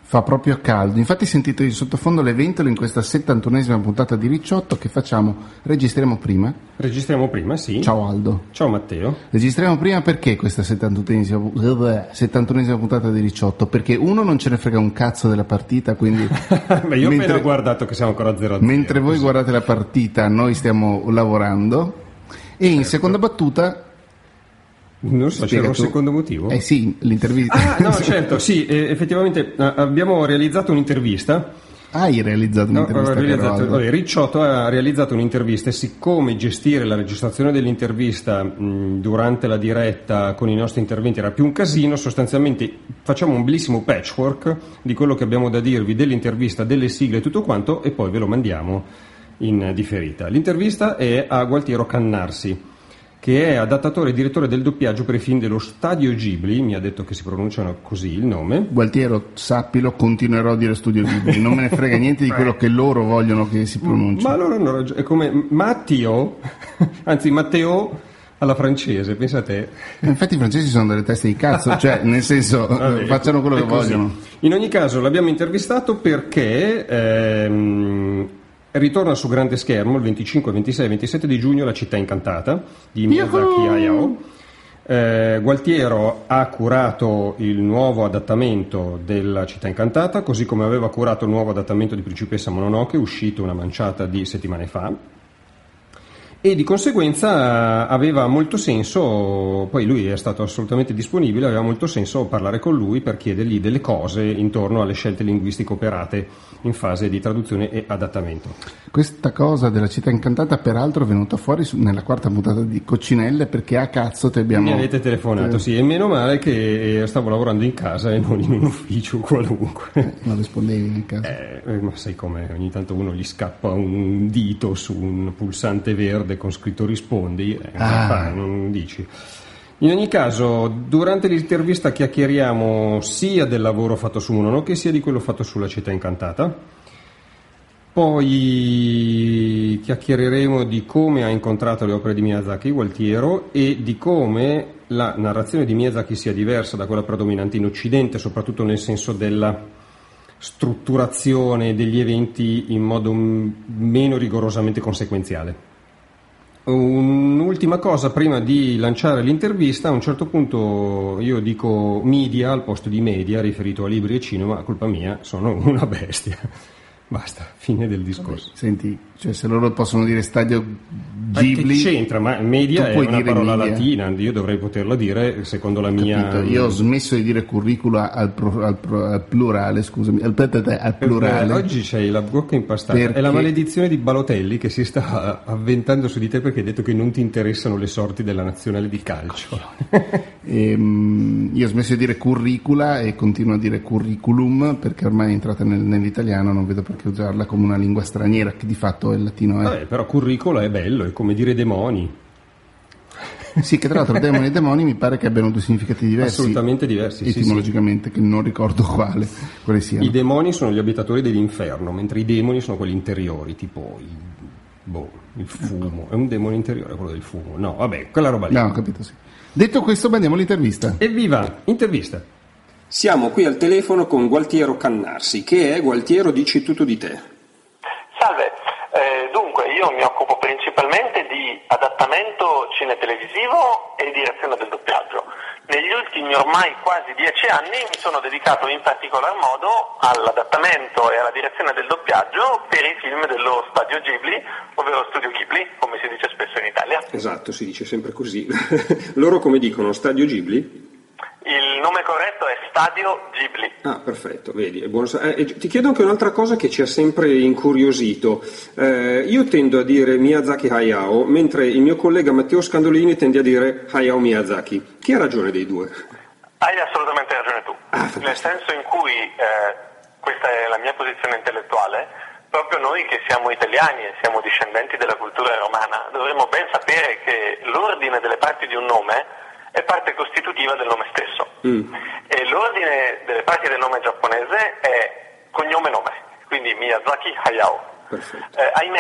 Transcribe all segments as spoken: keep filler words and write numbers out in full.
Fa proprio caldo, infatti sentite in sottofondo le ventole in questa settantunesima puntata di Ricciotto che facciamo, registriamo prima? Registriamo prima, sì. Ciao Aldo. Ciao Matteo. Registriamo prima perché questa settantunesima, settantunesima puntata di Ricciotto? Perché uno non ce ne frega un cazzo della partita, quindi... Beh, io ho appena guardato che siamo ancora zero a zero. Mentre voi così. guardate la partita, noi stiamo lavorando e certo. In seconda battuta... Non so, c'era un secondo motivo? Eh sì, l'intervista. Ah, no, certo, sì, eh, effettivamente eh, abbiamo realizzato un'intervista. Hai realizzato un'intervista? No, realizzato, vabbè, Ricciotto ha realizzato un'intervista e siccome gestire la registrazione dell'intervista mh, durante la diretta con i nostri interventi era più un casino, sostanzialmente facciamo un bellissimo patchwork di quello che abbiamo da dirvi dell'intervista, delle sigle e tutto quanto e poi ve lo mandiamo in differita. L'intervista è a Gualtiero Cannarsi, che è adattatore e direttore del doppiaggio per i film dello Stadio Ghibli, mi ha detto che si pronunciano così il nome. Gualtiero, sappilo, continuerò a dire Studio Ghibli, non me ne frega niente di quello che loro vogliono che si pronunci. Ma loro hanno ragione, è come Matteo, anzi Matteo alla francese, pensa a te. Infatti i francesi sono delle teste di cazzo, cioè nel senso Vabbè, facciano quello che così. vogliono. In ogni caso l'abbiamo intervistato perché... Ehm, ritorna su grande schermo il venticinque, ventisei e ventisette di giugno La città incantata di Miyazaki Hayao. Eh, Gualtiero ha curato il nuovo adattamento della città incantata, così come aveva curato il nuovo adattamento di Principessa Mononoke, uscito una manciata di settimane fa. E di conseguenza aveva molto senso, poi lui è stato assolutamente disponibile, aveva molto senso parlare con lui per chiedergli delle cose intorno alle scelte linguistiche operate in fase di traduzione e adattamento. Questa cosa della città incantata peraltro è venuta fuori su, nella quarta puntata di Coccinelle perché a cazzo ti abbiamo... Mi avete telefonato, sì, e meno male che stavo lavorando in casa e non in un ufficio qualunque. Eh, non rispondevi in casa. Eh, ma sai com'è, ogni tanto uno gli scappa un dito su un pulsante verde con scritto rispondi, eh, ah. fai, non dici. In ogni caso, durante l'intervista chiacchieriamo sia del lavoro fatto su Mononoke sia di quello fatto sulla città incantata. Poi chiacchiereremo di come ha incontrato le opere di Miyazaki Gualtiero e di come la narrazione di Miyazaki sia diversa da quella predominante in Occidente, soprattutto nel senso della strutturazione degli eventi in modo meno rigorosamente conseguenziale. Un'ultima cosa prima di lanciare l'intervista, a un certo punto io dico media al posto di media, riferito a libri e cinema, colpa mia, sono una bestia. Basta, fine del discorso. Vabbè, senti, cioè se loro possono dire Stadio Ghibli... Ma che c'entra? Ma media è una parola media. latina, io dovrei poterla dire secondo la mia... Capito, io ho smesso di dire curricula al, pro, al, pro, al plurale, scusami, al, al plurale. Oggi c'hai la bocca impastata, perché... è la maledizione di Balotelli che si sta avventando su di te perché hai detto che non ti interessano le sorti della nazionale di calcio. e, um, io ho smesso di dire curricula e continuo a dire curriculum perché ormai è entrata nel, nell'italiano, non vedo perché usarla come una lingua straniera che di fatto è il latino. Eh. Vabbè, però curricola è bello, è come dire demoni. Sì, che tra l'altro demoni e demoni mi pare che abbiano due significati diversi. Assolutamente diversi, etimologicamente, sì, sì. Che non ricordo quale, quale siano. I demoni sono gli abitatori dell'inferno, mentre i demoni sono quelli interiori, tipo il, boh, il fumo. È un demone interiore quello del fumo. No, vabbè, quella roba lì. No, ho capito, sì. Detto questo, mandiamo l'intervista. Evviva, intervista. Siamo qui al telefono con Gualtiero Cannarsi, che è Gualtiero dici tutto di te. Salve, eh, dunque io mi occupo principalmente di adattamento cinetelevisivo e direzione del doppiaggio. Negli ultimi ormai quasi dieci anni mi sono dedicato in particolar modo all'adattamento e alla direzione del doppiaggio per i film dello Stadio Ghibli, ovvero Studio Ghibli, come si dice spesso in Italia. Esatto, si dice sempre così. Loro come dicono, Stadio Ghibli? Il nome corretto è Stadio Ghibli. Ah, perfetto, vedi, è buono. Eh, ti chiedo anche un'altra cosa che ci ha sempre incuriosito. Eh, io tendo a dire Miyazaki Hayao, mentre il mio collega Matteo Scandolini tende a dire Hayao Miyazaki. Chi ha ragione dei due? Hai assolutamente ragione tu. Ah, nel senso in cui, eh, questa è la mia posizione intellettuale, proprio noi che siamo italiani e siamo discendenti della cultura romana, dovremmo ben sapere che l'ordine delle parti di un nome è parte costitutiva del nome stesso. Mm. E l'ordine delle parti del nome giapponese è cognome-nome, quindi Miyazaki Hayao. Perfetto. Eh, ahimè,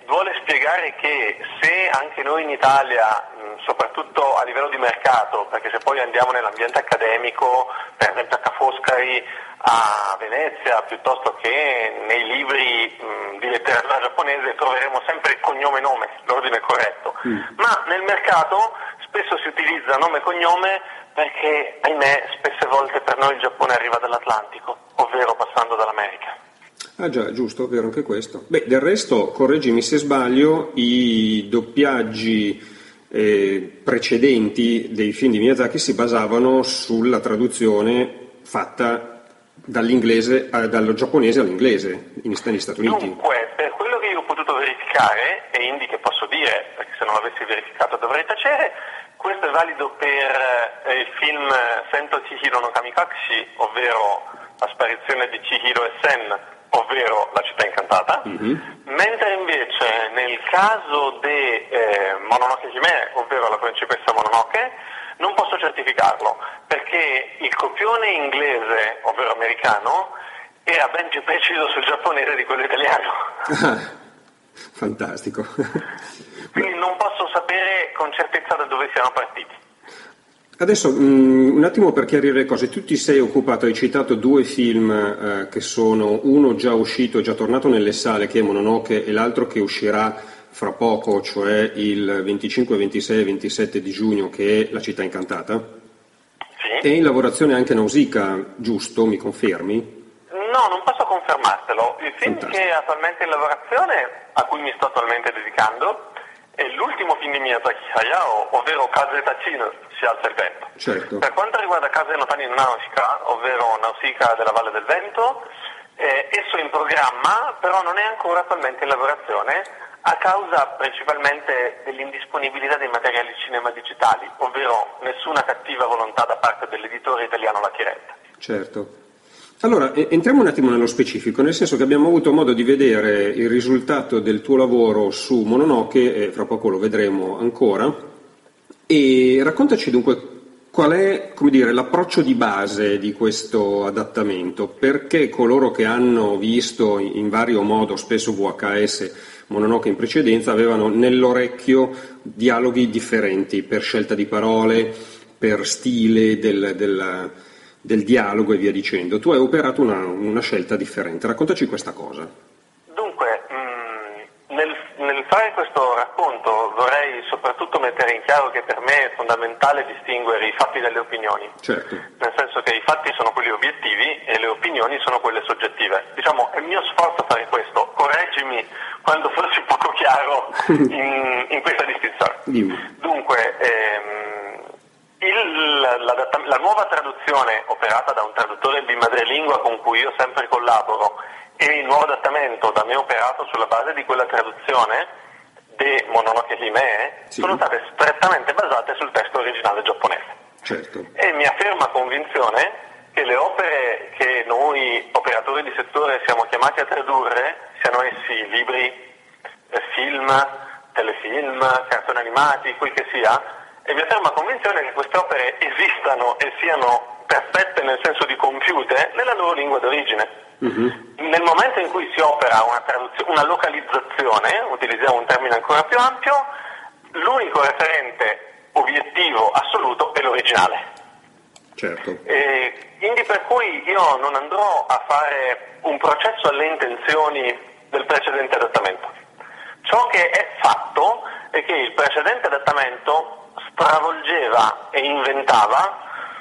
vuole spiegare che se anche noi in Italia, soprattutto a livello di mercato, perché se poi andiamo nell'ambiente accademico, per esempio a Ca' Foscari, a Venezia, piuttosto che nei libri mh, di letteratura giapponese, troveremo sempre il cognome e nome, l'ordine corretto, mm. ma nel mercato spesso si utilizza nome e cognome perché, ahimè, spesse volte per noi il Giappone arriva dall'Atlantico, ovvero passando dall'America. Ah già, giusto, vero anche questo. Beh, del resto, correggimi se sbaglio, i doppiaggi eh, precedenti dei film di Miyazaki si basavano sulla traduzione fatta dall'inglese, eh, dal giapponese all'inglese negli Stati Uniti. Dunque, per quello che io ho potuto verificare, e indi che posso dire, perché se non l'avessi verificato dovrei tacere, questo è valido per eh, il film Sento Chihiro no Kamikakushi, ovvero la sparizione di Chihiro e Sen, ovvero La città incantata, mm-hmm. mentre invece nel caso di eh, Mononoke Hime, ovvero La principessa Mononoke, non posso certificarlo, perché il copione inglese, ovvero americano, era ben più preciso sul giapponese di quello italiano. Ah, fantastico. Quindi non posso sapere con certezza da dove siamo partiti. Adesso um, un attimo per chiarire le cose, tu ti sei occupato, hai citato due film eh, che sono uno già uscito, già tornato nelle sale, che è Mononoke, e l'altro che uscirà fra poco, cioè il venticinque, ventisei e ventisette di giugno, che è La città incantata. Sì. È in lavorazione anche Nausicaa, giusto? Mi confermi? No, non posso confermartelo. Il film Fantastico. che è attualmente in lavorazione, a cui mi sto attualmente dedicando, è l'ultimo film di Miyazaki Hayao, ovvero Kaze Tachino, Si alza il vento. Certo. Per quanto riguarda Kaze no Tani no Nausicaa, ovvero Nausicaa della Valle del Vento, eh, esso è in programma, però non è ancora attualmente in lavorazione, a causa principalmente dell'indisponibilità dei materiali cinema digitali, ovvero nessuna cattiva volontà da parte dell'editore italiano La Tiretta. Certo. Allora, entriamo un attimo nello specifico, nel senso che abbiamo avuto modo di vedere il risultato del tuo lavoro su Mononoke, e fra poco lo vedremo ancora, e raccontaci dunque qual è, come dire, l'approccio di base di questo adattamento, perché coloro che hanno visto in vario modo, spesso V H S, Mononoke in precedenza, avevano nell'orecchio dialoghi differenti per scelta di parole, per stile del, del, del dialogo e via dicendo. Tu hai operato una, una scelta differente, raccontaci questa cosa. Dunque, mh, nel, nel fare questo racconto vorrei soprattutto mettere in chiaro che per me è fondamentale distinguere i fatti dalle opinioni. Certo. Nel senso che i fatti sono quelli obiettivi e le opinioni sono quelle soggettive. Diciamo, è il mio sforzo fare questo, correggimi quando fossi poco chiaro in, in questa distinzione. Dimmi. Dunque, ehm, il, la, la nuova traduzione operata da un traduttore di madrelingua con cui io sempre collaboro e il nuovo adattamento da me operato sulla base di quella traduzione di Mononoke Hime, sì, sono state strettamente basate sul testo originale giapponese. Certo. È mia ferma convinzione che le opere che noi operatori di settore siamo chiamati a tradurre, siano essi libri, eh, film, telefilm, cartoni animati, quel che sia, è mia ferma convinzione che queste opere esistano e siano perfette nel senso di compiute nella loro lingua d'origine. Uh-huh. Nel momento in cui si opera una traduzione, una localizzazione, utilizziamo un termine ancora più ampio, l'unico referente obiettivo assoluto è l'originale. Certo. E quindi per cui io non andrò a fare un processo alle intenzioni del precedente adattamento. Ciò che è fatto è che il precedente adattamento stravolgeva e inventava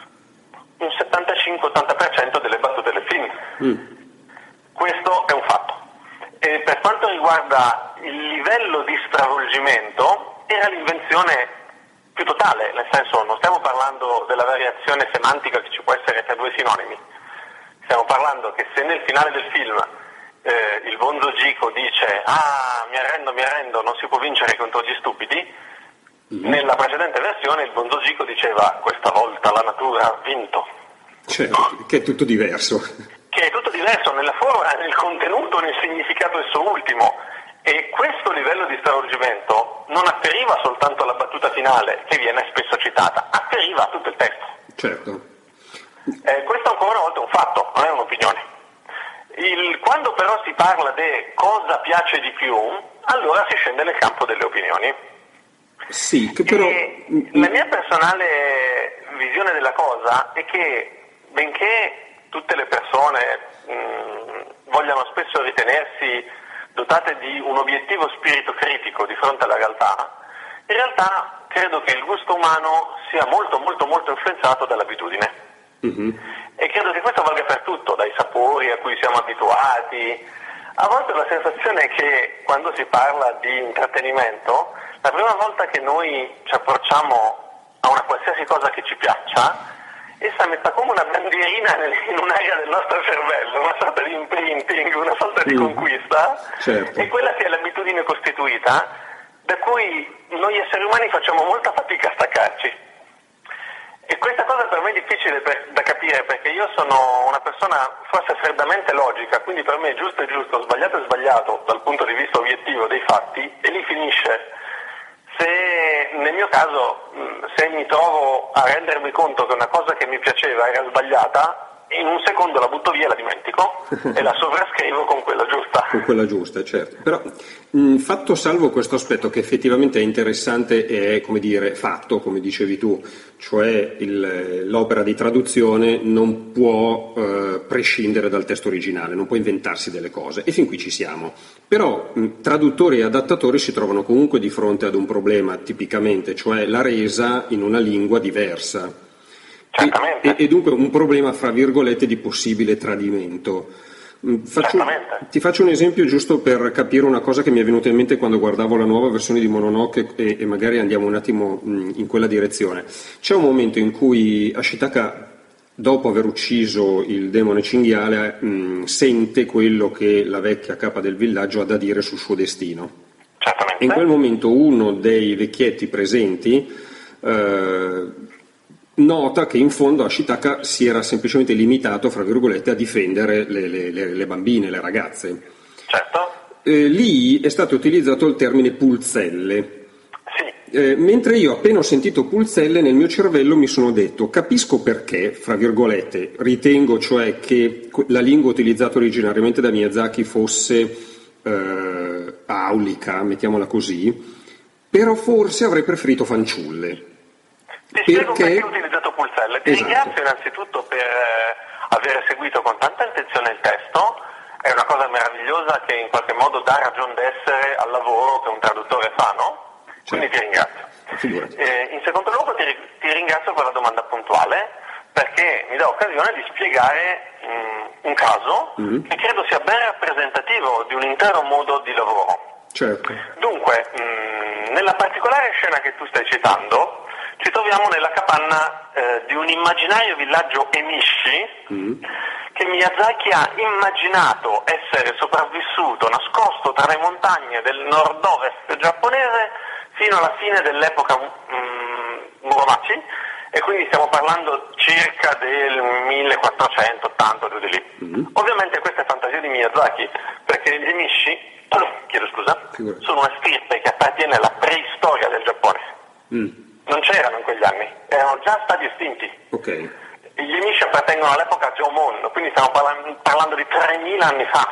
un settantacinque ottanta per cento delle battute del film. Mm. Questo è un fatto. E per quanto riguarda il livello di stravolgimento, era l'invenzione più totale, nel senso non stiamo parlando della variazione semantica che ci può essere tra due sinonimi, stiamo parlando che se nel finale del film eh, il Bonzo Gico dice ah mi arrendo, mi arrendo, non si può vincere contro gli stupidi, mm-hmm. nella precedente versione il Bonzo Gico diceva questa volta la natura ha vinto. Certo, che è tutto diverso. Che è tutto diverso nella forma, nel contenuto, nel significato esso ultimo. E questo livello di stravolgimento non afferiva soltanto alla battuta finale, che viene spesso citata, afferiva a tutto il testo. Certo. Eh, questo ancora una volta è un fatto, non è un'opinione. Il, quando però si parla di cosa piace di più, allora si scende nel campo delle opinioni. Sì, che però... E la mia personale visione della cosa è che, benché tutte le persone mh, vogliano spesso ritenersi dotate di un obiettivo spirito critico di fronte alla realtà, in realtà credo che il gusto umano sia molto molto molto influenzato dall'abitudine. Mm-hmm. E credo che questo valga per tutto, dai sapori a cui siamo abituati. A volte ho la sensazione che quando si parla di intrattenimento, la prima volta che noi ci approcciamo a una qualsiasi cosa che ci piaccia, essa metta come una bandierina in un'area del nostro cervello, una sorta di imprinting, una sorta di mm. conquista, certo. E quella che è l'abitudine costituita, da cui noi esseri umani facciamo molta fatica a staccarci. E questa cosa per me è difficile per, da capire, perché io sono una persona forse freddamente logica, quindi per me giusto è giusto, sbagliato è sbagliato dal punto di vista obiettivo dei fatti, e lì finisce. Se nel mio caso, se mi trovo a rendermi conto che una cosa che mi piaceva era sbagliata, in un secondo la butto via e la dimentico e la sovrascrivo con quella giusta. Con quella giusta, certo. Però mh, fatto salvo questo aspetto che effettivamente è interessante e è, come dire, fatto, come dicevi tu, cioè il, l'opera di traduzione non può eh, prescindere dal testo originale, non può inventarsi delle cose, e fin qui ci siamo. Però mh, traduttori e adattatori si trovano comunque di fronte ad un problema tipicamente, cioè la resa in una lingua diversa. E, e dunque un problema, fra virgolette, di possibile tradimento. Faccio, ti faccio un esempio giusto per capire una cosa che mi è venuta in mente quando guardavo la nuova versione di Mononoke, e, e magari andiamo un attimo in quella direzione. C'è un momento in cui Ashitaka, dopo aver ucciso il demone cinghiale, mh, sente quello che la vecchia capa del villaggio ha da dire sul suo destino. Certamente. E in quel momento uno dei vecchietti presenti eh, nota che in fondo Ashitaka si era semplicemente limitato, fra virgolette, a difendere le, le, le bambine, le ragazze. Certo. Eh, lì è stato utilizzato il termine pulzelle. Sì. Eh, mentre io appena ho sentito pulzelle nel mio cervello mi sono detto, capisco perché, fra virgolette, ritengo cioè che la lingua utilizzata originariamente da Miyazaki fosse eh, aulica, mettiamola così, però forse avrei preferito fanciulle. Ti spiego perché ho utilizzato pulzelle. Ti esatto. ringrazio innanzitutto per eh, aver seguito con tanta attenzione il testo, è una cosa meravigliosa che in qualche modo dà ragion d'essere al lavoro che un traduttore fa, no? Certo. Quindi ti ringrazio. Eh, in secondo luogo ti, ti ringrazio per la domanda puntuale, perché mi dà occasione di spiegare mh, un caso mm-hmm. che credo sia ben rappresentativo di un intero modo di lavoro. Certo. Dunque, mh, nella particolare scena che tu stai citando, ci troviamo nella capanna eh, di un immaginario villaggio Emishi mm. che Miyazaki ha immaginato essere sopravvissuto, nascosto tra le montagne del nord-ovest giapponese fino alla fine dell'epoca um, Muromachi, e quindi stiamo parlando circa del millequattrocentottanta, giù di lì. Mm. Ovviamente questa è fantasia di Miyazaki, perché gli Emishi, chiedo scusa, Figura. sono una stirpe che appartiene alla preistoria del Giappone. Mm. Non c'erano in quegli anni, erano già stati estinti. Okay. Gli Emishi appartengono all'epoca Jomon, quindi stiamo parlando, parlando di tremila anni fa.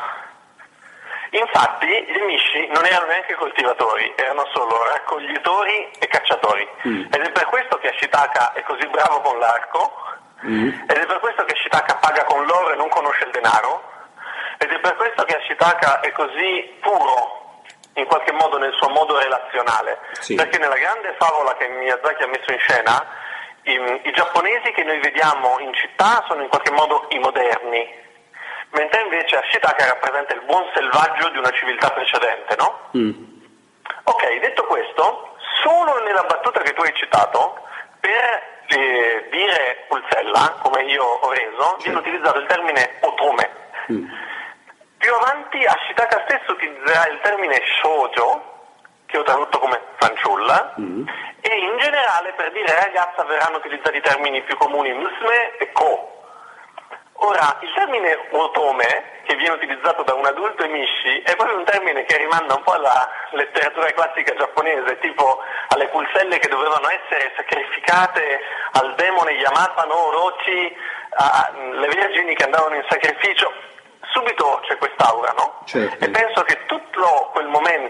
Infatti gli Emishi non erano neanche coltivatori, erano solo raccoglitori e cacciatori. Mm. Ed è per questo che Ashitaka è così bravo con l'arco, mm. ed è per questo che Ashitaka paga con l'oro e non conosce il denaro, ed è per questo che Ashitaka è così puro in qualche modo nel suo modo relazionale, sì. Perché nella grande favola che Miyazaki ha messo in scena, i, i giapponesi che noi vediamo in città sono in qualche modo i moderni, mentre invece Ashitaka rappresenta il buon selvaggio di una civiltà precedente, no? Mm. Ok, detto questo, solo nella battuta che tu hai citato, per eh, dire pulzella, come io ho reso, viene utilizzato il termine otome. Mm. Più avanti Ashitaka stesso utilizzerà il termine shoujo, che ho tradotto come fanciulla, mm. e in generale per dire ragazza verranno utilizzati i termini più comuni musume e ko. Ora, il termine otome, che viene utilizzato da un adulto emishi, è proprio un termine che rimanda un po' alla letteratura classica giapponese, tipo alle pulzelle che dovevano essere sacrificate al demone Yamata no Orochi, alle vergini che andavano in sacrificio. Subito c'è quest'aura, no? Certo. E penso che tutto quel momento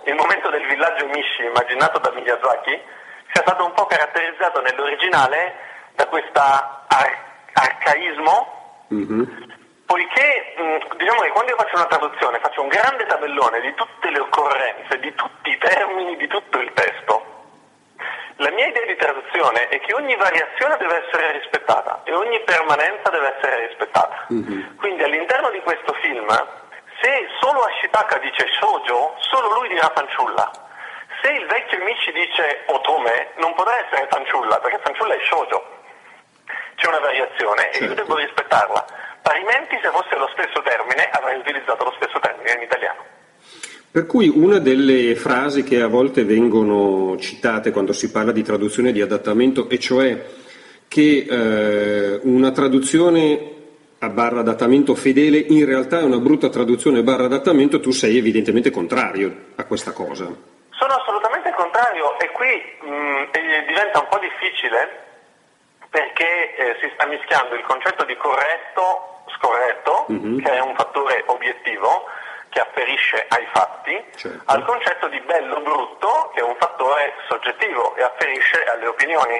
il momento del villaggio Mishi immaginato da Miyazaki sia stato un po' caratterizzato nell'originale da questa ar- arcaismo, mm-hmm. poiché mh, diciamo che quando io faccio una traduzione faccio un grande tabellone di tutte le occorrenze, di tutti i termini, di tutto il testo. La mia idea di traduzione è che ogni variazione deve essere rispettata e ogni permanenza deve essere rispettata. Mm-hmm. Quindi all'interno di questo film, se solo Ashitaka dice shoujo, solo lui dirà fanciulla. Se il vecchio Michi dice otome, non potrà essere fanciulla, perché fanciulla è shoujo. C'è una variazione e io devo rispettarla. Parimenti, se fosse lo stesso termine, avrei utilizzato lo stesso termine in italiano. Per cui una delle frasi che a volte vengono citate quando si parla di traduzione e di adattamento, e cioè che eh, una traduzione a barra adattamento fedele in realtà è una brutta traduzione barra adattamento, tu sei evidentemente contrario a questa cosa. Sono assolutamente contrario e qui mh, diventa un po' difficile perché eh, si sta mischiando il concetto di corretto, scorretto, mm-hmm. che è un fattore obiettivo, che afferisce ai fatti, certo. al concetto di bello brutto, che è un fattore soggettivo e afferisce alle opinioni.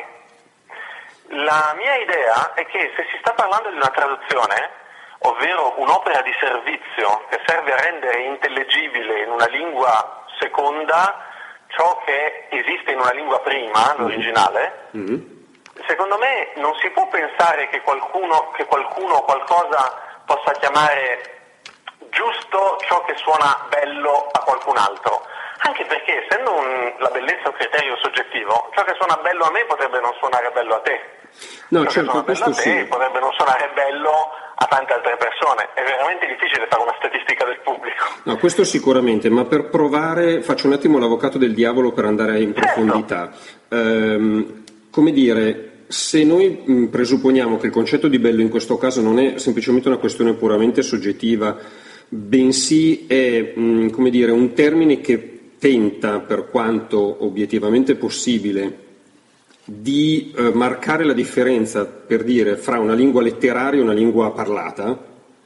La mia idea è che se si sta parlando di una traduzione, ovvero un'opera di servizio che serve a rendere intellegibile in una lingua seconda ciò che esiste in una lingua prima, l'originale, mm-hmm. secondo me non si può pensare che qualcuno, che qualcuno o qualcosa possa chiamare giusto ciò che suona bello a qualcun altro, anche perché essendo un, la bellezza un criterio soggettivo, ciò che suona bello a me potrebbe non suonare bello a te, no, ciò certo, che suona bello a te sì. potrebbe non suonare bello a tante altre persone. È veramente difficile fare una statistica del pubblico. No, questo sicuramente, ma per provare faccio un attimo l'avvocato del diavolo per andare in profondità. Certo. Ehm, come dire, se noi mh, presupponiamo che il concetto di bello in questo caso non è semplicemente una questione puramente soggettiva, bensì è mh, come dire, un termine che tenta, per quanto obiettivamente possibile, di eh, marcare la differenza, per dire, fra una lingua letteraria e una lingua parlata,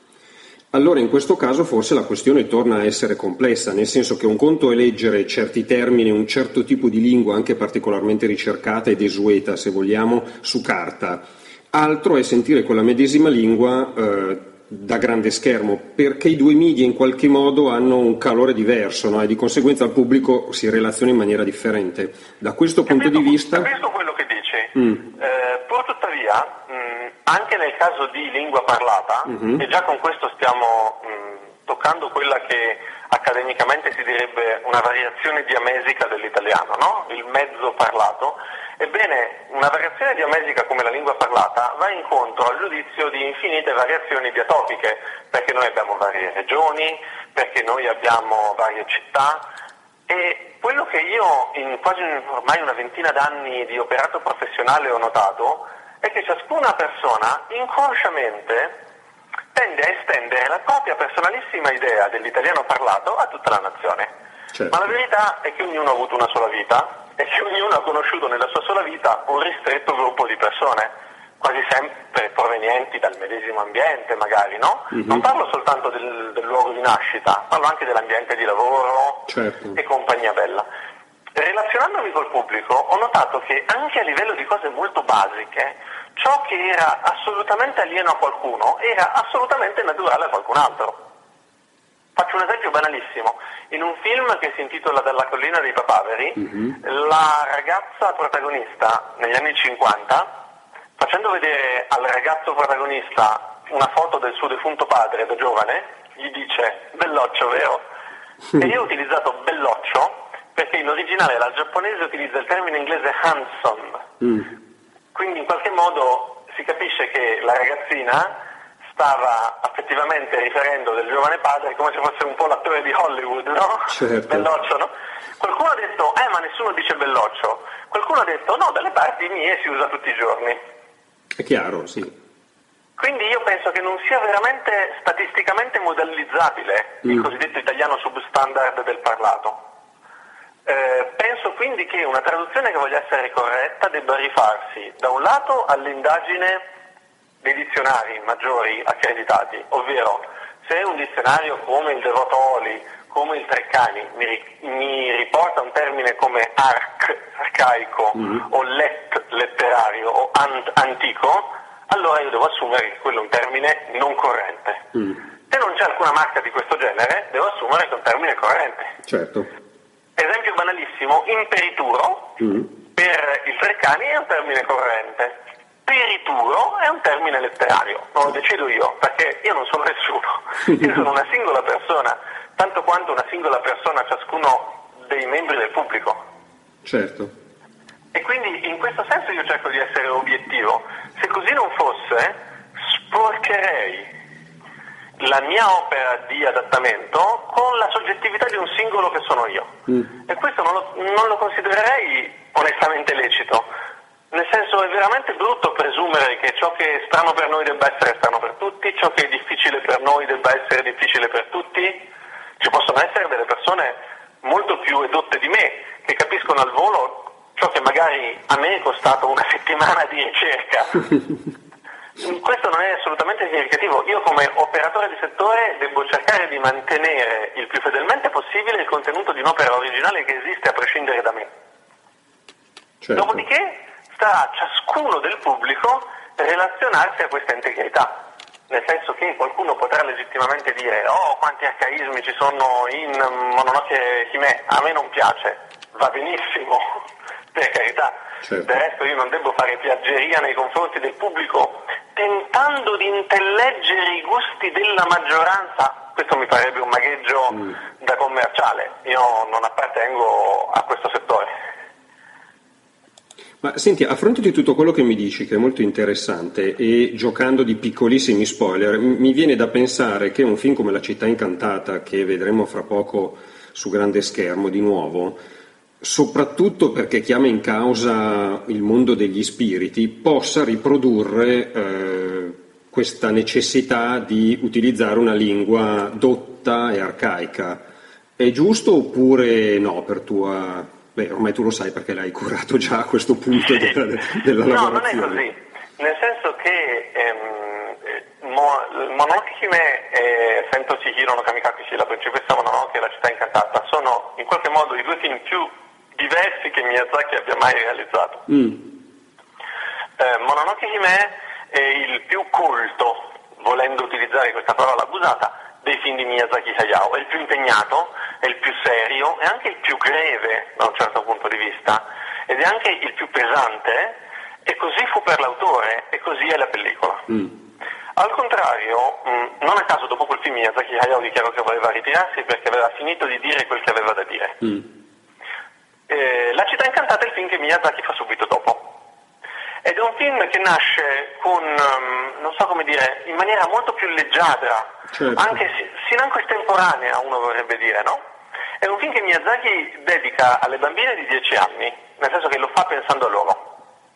allora in questo caso forse la questione torna a essere complessa, nel senso che un conto è leggere certi termini, un certo tipo di lingua anche particolarmente ricercata e desueta, se vogliamo, su carta, altro è sentire quella medesima lingua eh, da grande schermo, perché i due media in qualche modo hanno un calore diverso, no? E di conseguenza il pubblico si relaziona in maniera differente. Da questo capisco, punto di vista... Capisco quello che dici, mm. eh, pur tuttavia, mh, anche nel caso di lingua parlata, mm-hmm. e già con questo stiamo mh, toccando quella che accademicamente si direbbe una variazione diamesica dell'italiano, no? Il mezzo parlato. Ebbene, una variazione diamesica come la lingua parlata va incontro al giudizio di infinite variazioni diatopiche, perché noi abbiamo varie regioni, perché noi abbiamo varie città, e quello che io in quasi ormai una ventina d'anni di operato professionale ho notato è che ciascuna persona inconsciamente tende a estendere la propria personalissima idea dell'italiano parlato a tutta la nazione. Certo. Ma la verità è che ognuno ha avuto una sola vita e che ognuno ha conosciuto nella sua sola vita un ristretto gruppo di persone, quasi sempre provenienti dal medesimo ambiente magari, no? Mm-hmm. Non parlo soltanto del, del luogo di nascita, parlo anche dell'ambiente di lavoro, certo. e compagnia bella. Relazionandomi col pubblico ho notato che anche a livello di cose molto basiche, ciò che era assolutamente alieno a qualcuno era assolutamente naturale a qualcun altro. Faccio un esempio banalissimo. In un film che si intitola Dalla collina dei papaveri, mm-hmm. la ragazza protagonista negli anni cinquanta, facendo vedere al ragazzo protagonista una foto del suo defunto padre da giovane, gli dice belloccio, vero? Mm. E io ho utilizzato belloccio perché in originale la giapponese utilizza il termine inglese handsome. Mm. Quindi in qualche modo si capisce che la ragazzina stava affettivamente riferendo del giovane padre come se fosse un po' l'attore di Hollywood, no? Certo. Belloccio, no? Qualcuno ha detto, eh ma nessuno dice belloccio. Qualcuno ha detto, no, dalle parti mie si usa tutti i giorni. È chiaro, sì. Quindi io penso che non sia veramente statisticamente modellizzabile mm. il cosiddetto italiano substandard del parlato. Eh, penso quindi che una traduzione che voglia essere corretta debba rifarsi da un lato all'indagine dei dizionari maggiori accreditati, ovvero se un dizionario come il Devotoli come il Treccani mi, mi riporta un termine come arc, arcaico, mm. o let, letterario, o ant, antico, allora io devo assumere che quello è un termine non corrente. Mm. Se non c'è alcuna marca di questo genere, devo assumere che è un termine corrente. Certo. Esempio banalissimo, imperituro, mm. per il Treccani è un termine corrente. Perituro è un termine letterario, non lo decido io, perché io non sono nessuno, io sono una singola persona, tanto quanto una singola persona ciascuno dei membri del pubblico. Certo. E quindi in questo senso io cerco di essere obiettivo. Se così non fosse, sporcherei la mia opera di adattamento con la soggettività di un singolo che sono io. Mm. E questo non lo, non lo considererei onestamente lecito. Nel senso, è veramente brutto presumere che ciò che è strano per noi debba essere strano per tutti, ciò che è difficile per noi debba essere difficile per tutti. Ci possono essere delle persone molto più edotte di me, che capiscono al volo ciò che magari a me è costato una settimana di ricerca. Questo non è assolutamente significativo. Io come operatore di settore devo cercare di mantenere il più fedelmente possibile il contenuto di un'opera originale che esiste a prescindere da me. Certo. Dopodiché sta a ciascuno del pubblico relazionarsi a questa integrità, nel senso che qualcuno potrà legittimamente dire oh quanti arcaismi ci sono in Mononoke Hime, a me non piace, va benissimo, per carità, certo. Del resto io non devo fare piaggeria nei confronti del pubblico tentando di intelleggere i gusti della maggioranza, questo mi parebbe un magheggio mm. da commerciale, io non appartengo a questo settore. Ma senti, a fronte di tutto quello che mi dici, che è molto interessante, e giocando di piccolissimi spoiler, mi viene da pensare che un film come La città incantata, che vedremo fra poco su grande schermo di nuovo, soprattutto perché chiama in causa il mondo degli spiriti, possa riprodurre eh, questa necessità di utilizzare una lingua dotta e arcaica. È giusto oppure no per tua... Beh, ormai tu lo sai perché l'hai curato già a questo punto sì. della, della no, lavorazione. No, non è così, nel senso che ehm, Mo, Mononoke Hime e Sento Chihiro no Kamikakushi, La principessa Mononoke e La città incantata, sono in qualche modo i due film più diversi che Miyazaki abbia mai realizzato. Mm. Eh, Mononoke Hime è il più colto, volendo utilizzare questa parola abusata, dei film di Miyazaki Hayao, è il più impegnato, è il più serio, è anche il più greve da un certo punto di vista ed è anche il più pesante, e così fu per l'autore e così è la pellicola. Mm. Al contrario, mh, non a caso dopo quel film Miyazaki Hayao dichiarò che voleva ritirarsi perché aveva finito di dire quel che aveva da dire. Mm. Eh, La città incantata è il film che Miyazaki fa subito dopo. Ed è un film che nasce con, um, non so come dire, in maniera molto più leggiadra, certo. Anche sinanco estemporanea, uno vorrebbe dire, no? È un film che Miyazaki dedica alle bambine di dieci anni, nel senso che lo fa pensando a loro.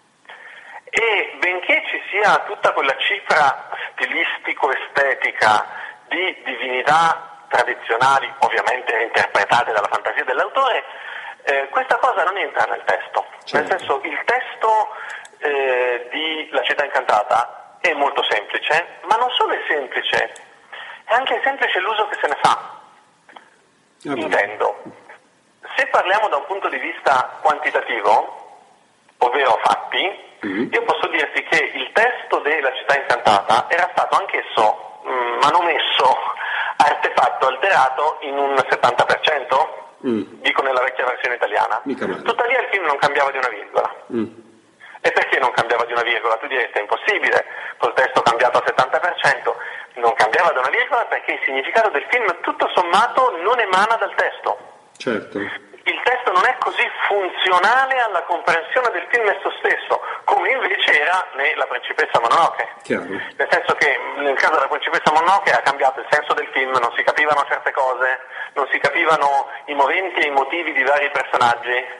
E benché ci sia tutta quella cifra stilistico-estetica di divinità tradizionali, ovviamente interpretate dalla fantasia dell'autore, eh, questa cosa non entra nel testo. Certo. Nel senso, il testo eh, di La città incantata è molto semplice, ma non solo è semplice, è anche semplice l'uso che se ne fa. Ah, intendo, se parliamo da un punto di vista quantitativo, ovvero fatti, mm-hmm. io posso dirti che il testo della città incantata era stato anch'esso mh, manomesso, artefatto, alterato in un settanta per cento, mm. dico nella vecchia versione italiana. Tuttavia il film non cambiava di una virgola. Mm. E perché non cambiava di una virgola? Tu diresti è impossibile, col testo cambiato al settanta per cento. Non cambiava da una virgola perché il significato del film tutto sommato non emana dal testo. Certo. Il testo non è così funzionale alla comprensione del film esso stesso, come invece era nella principessa Mononoke. Chiaro. Nel senso che nel caso della principessa Mononoke ha cambiato il senso del film, non si capivano certe cose, non si capivano i moventi e i motivi di vari personaggi.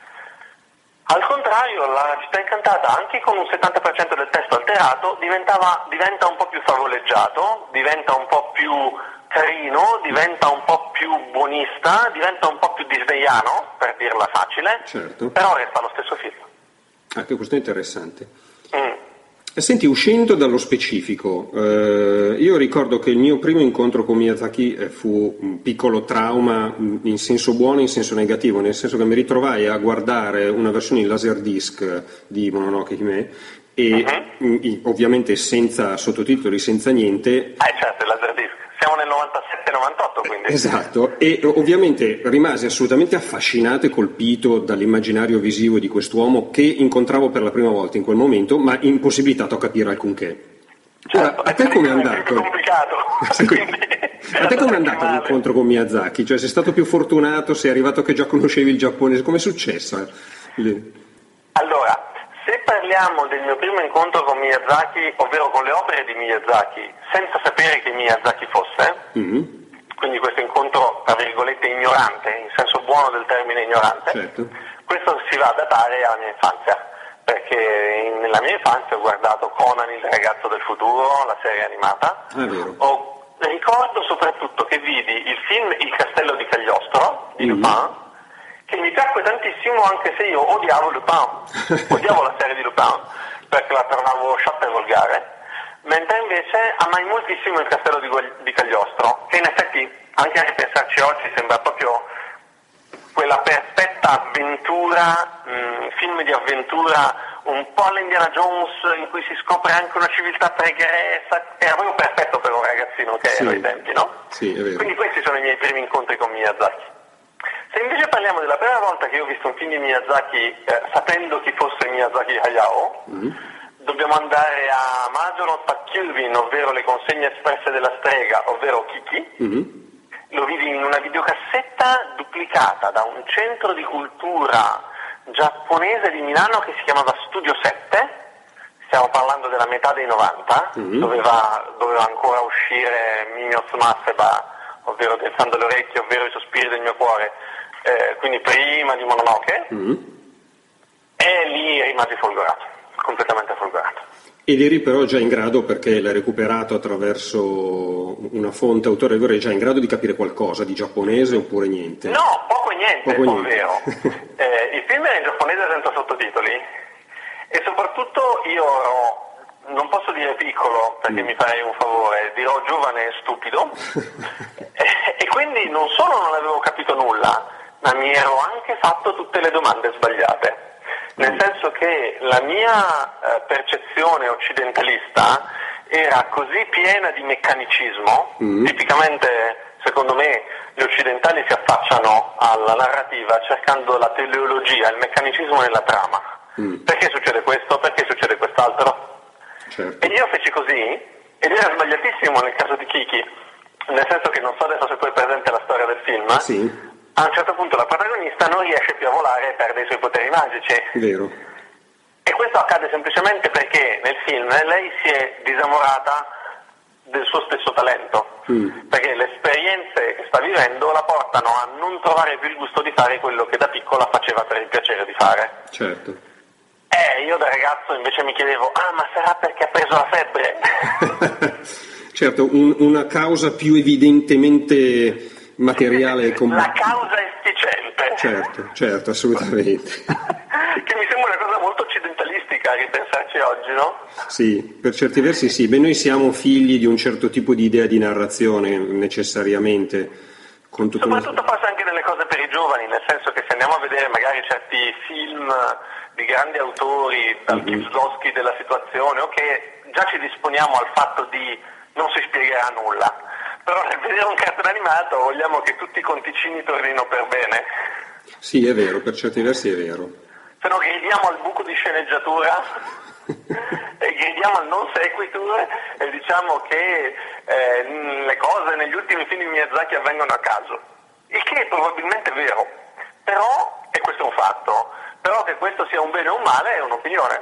Al contrario, La città incantata, anche con un settanta per cento del testo alterato, diventava, diventa un po' più favoleggiato, diventa un po' più carino, diventa un po' più buonista, diventa un po' più disneyano, per dirla facile, certo. Però resta lo stesso film. Anche questo è interessante. Mm. Senti, uscendo dallo specifico, eh, io ricordo che il mio primo incontro con Miyazaki fu un piccolo trauma in senso buono e in senso negativo, nel senso che mi ritrovai a guardare una versione in laserdisc di Mononoke Hime e uh-huh. ovviamente senza sottotitoli, senza niente. Ah, certo, il laserdisc. Siamo nel novantasette novantotto, quindi. Esatto, e ovviamente rimasi assolutamente affascinato e colpito dall'immaginario visivo di quest'uomo che incontravo per la prima volta in quel momento, ma impossibilitato a capire alcunché. Certo, Ora, a te com'è andato? È complicato. A te com'è andato l'incontro con Miyazaki? Cioè, sei stato più fortunato, sei arrivato che già conoscevi il giapponese, com'è successo? Allora, se parliamo del mio primo incontro con Miyazaki, ovvero con le opere di Miyazaki, senza sapere che Miyazaki fosse, mm-hmm. quindi questo incontro, tra virgolette, ignorante, in senso buono del termine ignorante, certo. questo si va a datare alla mia infanzia, perché in, nella mia infanzia ho guardato Conan, il ragazzo del futuro, la serie animata, ah, vero. Ho, ricordo soprattutto che vidi il film Il castello di Cagliostro, di mm-hmm. Lupin, che mi piacque tantissimo anche se io odiavo Lupin, odiavo la serie di Lupin perché la trovavo sciatta e volgare, mentre invece amai moltissimo Il castello di, di Cagliostro, che in effetti anche a pensarci oggi sembra proprio quella perfetta avventura, mh, film di avventura un po' all'Indiana Jones in cui si scopre anche una civiltà pregressa, era proprio perfetto per un ragazzino che sì. ero ai tempi, no? Sì, è vero. Quindi questi sono i miei primi incontri con Miyazaki. Se invece parliamo della prima volta che io ho visto un film di Miyazaki eh, sapendo chi fosse Miyazaki Hayao, mm-hmm. dobbiamo andare a Majorot Pakkilvin, ovvero Le consegne espresse della strega, ovvero Kiki. Mm-hmm. Lo vidi in una videocassetta duplicata da un centro di cultura giapponese di Milano che si chiamava Studio sette, stiamo parlando della metà dei novanta, mm-hmm. doveva, doveva ancora uscire Mimio Tsumaseba, ovvero Densando le orecchie, ovvero I sospiri del mio cuore, eh, quindi prima di Mononoke, mm-hmm. e lì rimasi folgorato, completamente folgorato. Ed eri però già in grado, perché l'hai recuperato attraverso una fonte autorevole, eri già in grado di capire qualcosa di giapponese oppure niente? No, poco e niente, poco ovvero niente. eh, il film era in giapponese senza sottotitoli e soprattutto io ero, non posso dire piccolo perché mm. mi farei un favore, dirò giovane e stupido e, e quindi non solo non avevo capito nulla, ma mi ero anche fatto tutte le domande sbagliate. Nel senso che la mia eh, percezione occidentalista era così piena di meccanicismo, mm. tipicamente secondo me gli occidentali si affacciano alla narrativa cercando la teleologia, il meccanismo nella trama. Mm. Perché succede questo? Perché succede quest'altro? Certo. E io feci così, ed era sbagliatissimo nel caso di Kiki, nel senso che non so adesso se tu hai presente la storia del film. Sì. A un certo punto la protagonista non riesce più a volare e perde i suoi poteri magici. Vero. E questo accade semplicemente perché nel film lei si è disamorata del suo stesso talento. Mm. Perché le esperienze che sta vivendo la portano a non trovare più il gusto di fare quello che da piccola faceva per il piacere di fare. Certo. Eh, io da ragazzo invece mi chiedevo, ah, ma sarà perché ha preso la febbre? Certo, un, una causa più evidentemente materiale com- la causa efficiente. Certo, certo, assolutamente. Che mi sembra una cosa molto occidentalistica a ripensarci oggi, no? Sì, per certi versi sì. Beh, noi siamo figli di un certo tipo di idea di narrazione, necessariamente. Con tutto Soprattutto una... forse anche nelle cose per i giovani, nel senso che se andiamo a vedere magari certi film di grandi autori, dal mm-hmm. Kieslowski della situazione, o che già ci disponiamo al fatto di non si spiegherà nulla. Però nel vedere un cartone animato vogliamo che tutti i conticini tornino per bene. Sì, è vero, per certi versi è vero. Se no gridiamo al buco di sceneggiatura e gridiamo al non sequitur e diciamo che eh, le cose negli ultimi film di Miyazaki avvengono a caso. Il che è probabilmente vero, però, e questo è un fatto, però che questo sia un bene o un male è un'opinione.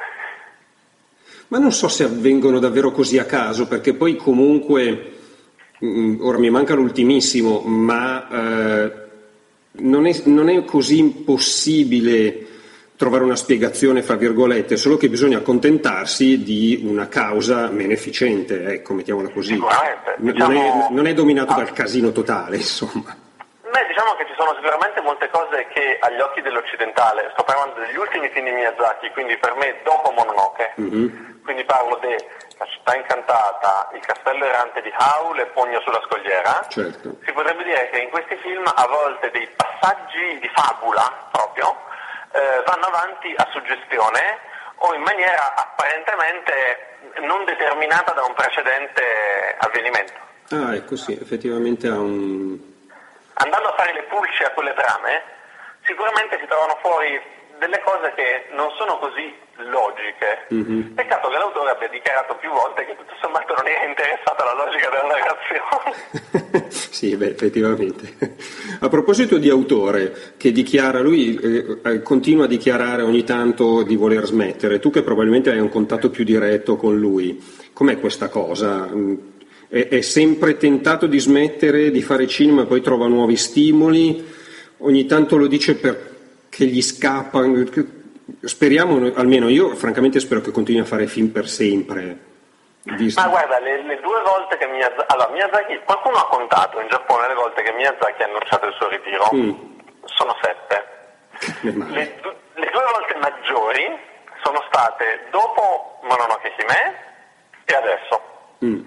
Ma non so se avvengono davvero così a caso, perché poi comunque... Ora mi manca l'ultimissimo, ma eh, non, è, non è così impossibile trovare una spiegazione, fra virgolette, solo che bisogna accontentarsi di una causa beneficente, ecco, mettiamola così. Sicuramente. Non, diciamo... è, non è dominato ah. dal casino totale, insomma. beh, diciamo che ci sono sicuramente molte cose che agli occhi dell'occidentale, sto parlando degli ultimi film di Miyazaki, quindi per me dopo Mononoke, mm-hmm. quindi parlo di La città incantata, Il castello errante di Howl e Pugno sulla scogliera, certo. Si potrebbe dire che in questi film a volte dei passaggi di fabula proprio eh, vanno avanti a suggestione o in maniera apparentemente non determinata da un precedente avvenimento. Ah, ecco, sì, effettivamente ha un... Andando a fare le pulci a quelle trame, sicuramente si trovano fuori delle cose che non sono così logiche. Mm-hmm. Peccato che l'autore abbia dichiarato più volte che tutto sommato non era interessato alla logica della narrazione. Sì, beh, effettivamente. A proposito di autore che dichiara, lui eh, continua a dichiarare ogni tanto di voler smettere, tu che probabilmente hai un contatto più diretto con lui, com'è questa cosa? È, è sempre tentato di smettere di fare cinema e poi trova nuovi stimoli, ogni tanto lo dice perché gli scappa, speriamo, almeno io francamente spero che continui a fare film per sempre. Visto. Ma guarda, le, le due volte che Miyazaki, allora Miyazaki, qualcuno ha contato in Giappone le volte che Miyazaki ha annunciato il suo ritiro, mm. sono sette. Le, le due volte maggiori sono state dopo Mononoke Hime e adesso. Mm.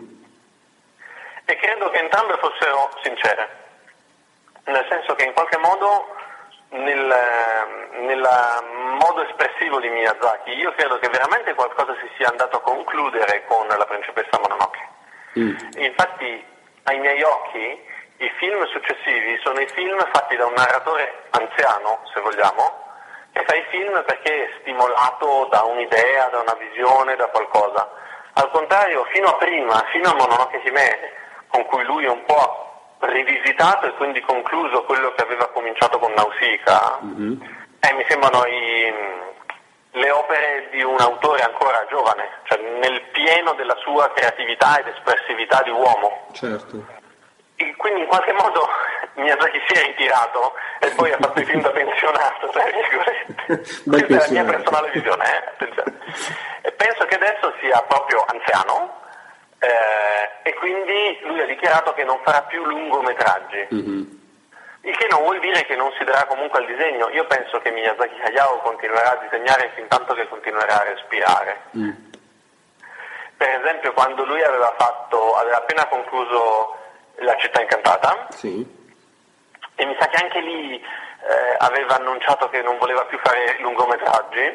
E credo che entrambe fossero sincere, nel senso che in qualche modo nel, nel modo espressivo di Miyazaki io credo che veramente qualcosa si sia andato a concludere con La principessa Mononoke. Mm. Infatti ai miei occhi i film successivi sono i film fatti da un narratore anziano, se vogliamo, che fa i film perché è stimolato da un'idea, da una visione, da qualcosa. Al contrario, fino a prima, fino a Mononoke Hime, con cui lui un po' ha rivisitato e quindi concluso quello che aveva cominciato con Nausicaa, mm-hmm. eh, mi sembrano i, le opere di un autore ancora giovane, cioè nel pieno della sua creatività ed espressività di uomo. Certo. E quindi in qualche modo Miyazaki si è ritirato e poi ha fatto i film da pensionato, tra virgolette. Questa è la mia personale visione, eh? Attenzione. E penso che adesso sia proprio anziano, Eh, e quindi lui ha dichiarato che non farà più lungometraggi, mm-hmm. il che non vuol dire che non si darà comunque al disegno. Io penso che Miyazaki Hayao continuerà a disegnare fin tanto che continuerà a respirare. Mm. Per esempio quando lui aveva fatto aveva appena concluso La città incantata, sì. e mi sa che anche lì eh, aveva annunciato che non voleva più fare lungometraggi,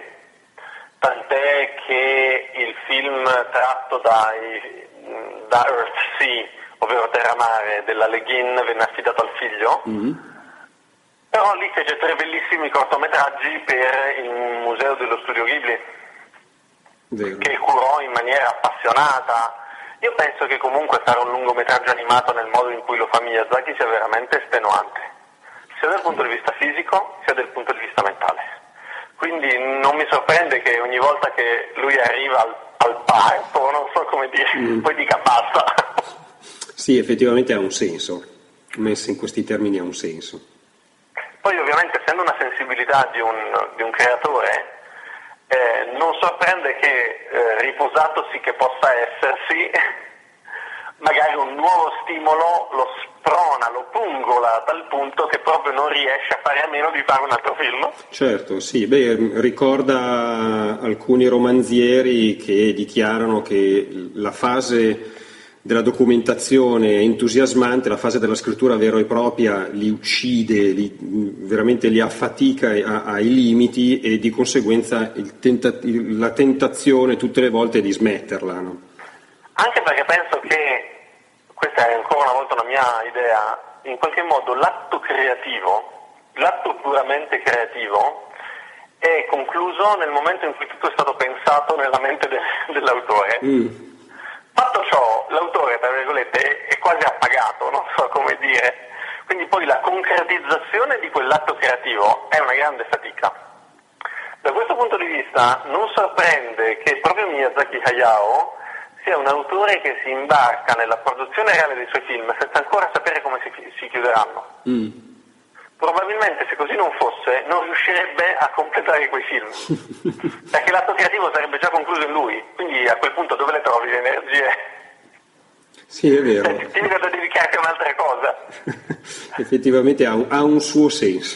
tant'è che il film tratto dai da Earthsea, ovvero Terra-Mare, della Le Guin venne affidato al figlio, mm-hmm. però lì fece tre bellissimi cortometraggi per il Museo dello Studio Ghibli, Vero. Che curò in maniera appassionata. Io penso che comunque fare un lungometraggio animato nel modo in cui lo fa Miyazaki sia veramente estenuante, sia dal punto di vista fisico sia dal punto di vista mentale. Quindi non mi sorprende che ogni volta che lui arriva al al parto, non so come dire, mm. poi dica basta. Sì, effettivamente ha un senso, messo in questi termini ha un senso. Poi ovviamente essendo una sensibilità di un, di un creatore, eh, non sorprende che eh, riposatosi che possa essersi, magari un nuovo stimolo lo sprona, lo pungola a tal punto che proprio non riesce a fare a meno di fare un altro film. Certo, sì, beh, ricorda alcuni romanzieri che dichiarano che la fase della documentazione è entusiasmante, la fase della scrittura vera e propria li uccide, li, veramente li affatica a, ai limiti e di conseguenza il tenta- la tentazione tutte le volte è di smetterla, no? Anche perché penso che, questa è ancora una volta una mia idea, in qualche modo l'atto creativo, l'atto puramente creativo, è concluso nel momento in cui tutto è stato pensato nella mente de- dell'autore. Mm. Fatto ciò, l'autore, tra virgolette, è quasi appagato, non so come dire, quindi poi la concretizzazione di quell'atto creativo è una grande fatica. Da questo punto di vista non sorprende che proprio Miyazaki Hayao sia un autore che si imbarca nella produzione reale dei suoi film senza ancora sapere come si, si chiuderanno. Mm. Probabilmente se così non fosse non riuscirebbe a completare quei film, perché l'atto creativo sarebbe già concluso in lui, quindi a quel punto dove le trovi le energie? Sì, è vero. Ti vedo da dedicarti a un'altra cosa. Effettivamente ha un, ha un suo senso.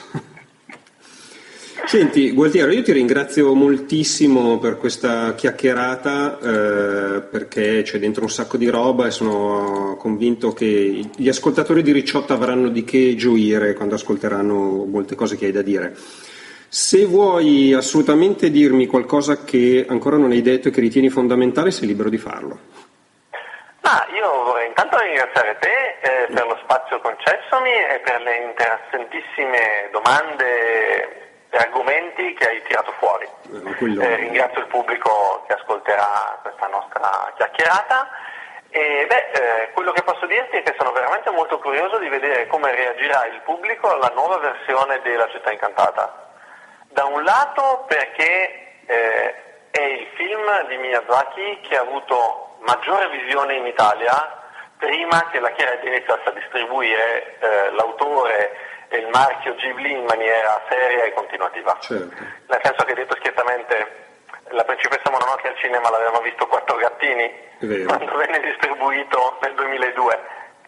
Senti, Gualtiero, io ti ringrazio moltissimo per questa chiacchierata, eh, perché c'è dentro un sacco di roba e sono convinto che gli ascoltatori di Ricciotta avranno di che gioire quando ascolteranno molte cose che hai da dire. Se vuoi assolutamente dirmi qualcosa che ancora non hai detto e che ritieni fondamentale, sei libero di farlo. Ah, io vorrei intanto ringraziare te eh, per lo spazio concessomi e per le interessantissime domande e argomenti che hai tirato fuori. Quello... Eh, ringrazio il pubblico che ascolterà questa nostra chiacchierata e beh, eh, quello che posso dirti è che sono veramente molto curioso di vedere come reagirà il pubblico alla nuova versione della Città Incantata. Da un lato perché eh, è il film di Miyazaki che ha avuto maggiore visione in Italia prima che la Chiesa iniziasse a distribuire eh, l'autore e il marchio Ghibli in maniera seria e continuativa. Certo. Nel senso che, detto schiettamente, La Principessa Mononoke al cinema l'avevano visto quattro gattini quando venne distribuito nel duemiladue.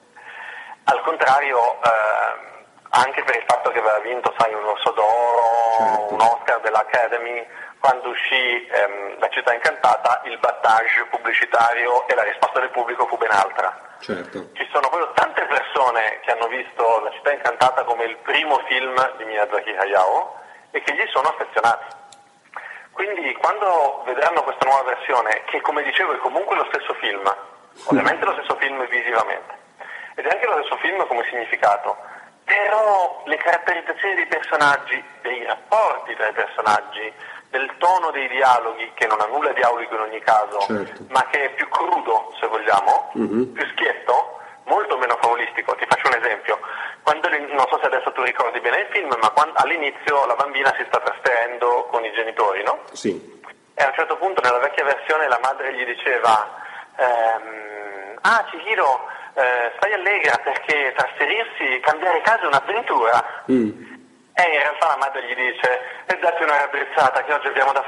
Al contrario, eh, anche per il fatto che aveva vinto, sai, un Orso d'Oro, certo, un Oscar dell'Academy, quando uscì ehm, La Città Incantata, il battage pubblicitario e la risposta del pubblico fu ben altra. Certo. Ci sono proprio tante persone che hanno visto La Città Incantata come il primo film di Miyazaki Hayao e che gli sono affezionati. Quindi quando vedranno questa nuova versione, che come dicevo è comunque lo stesso film, ovviamente lo stesso film visivamente, ed è anche lo stesso film come significato, però le caratterizzazioni dei personaggi, dei rapporti tra i personaggi, del tono dei dialoghi, che non ha nulla di aulico in ogni caso, certo, ma che è più crudo, se vogliamo, mm-hmm, più schietto, molto meno favolistico. Ti faccio un esempio. Quando, non so se adesso tu ricordi bene il film, ma quando, all'inizio la bambina si sta trasferendo con i genitori, no? Sì. E a un certo punto nella vecchia versione la madre gli diceva ehm, ah Chihiro, eh, stai allegra perché trasferirsi, cambiare casa è un'avventura. Mm. E in realtà la madre gli dice e datti una raddrizzata che oggi abbiamo da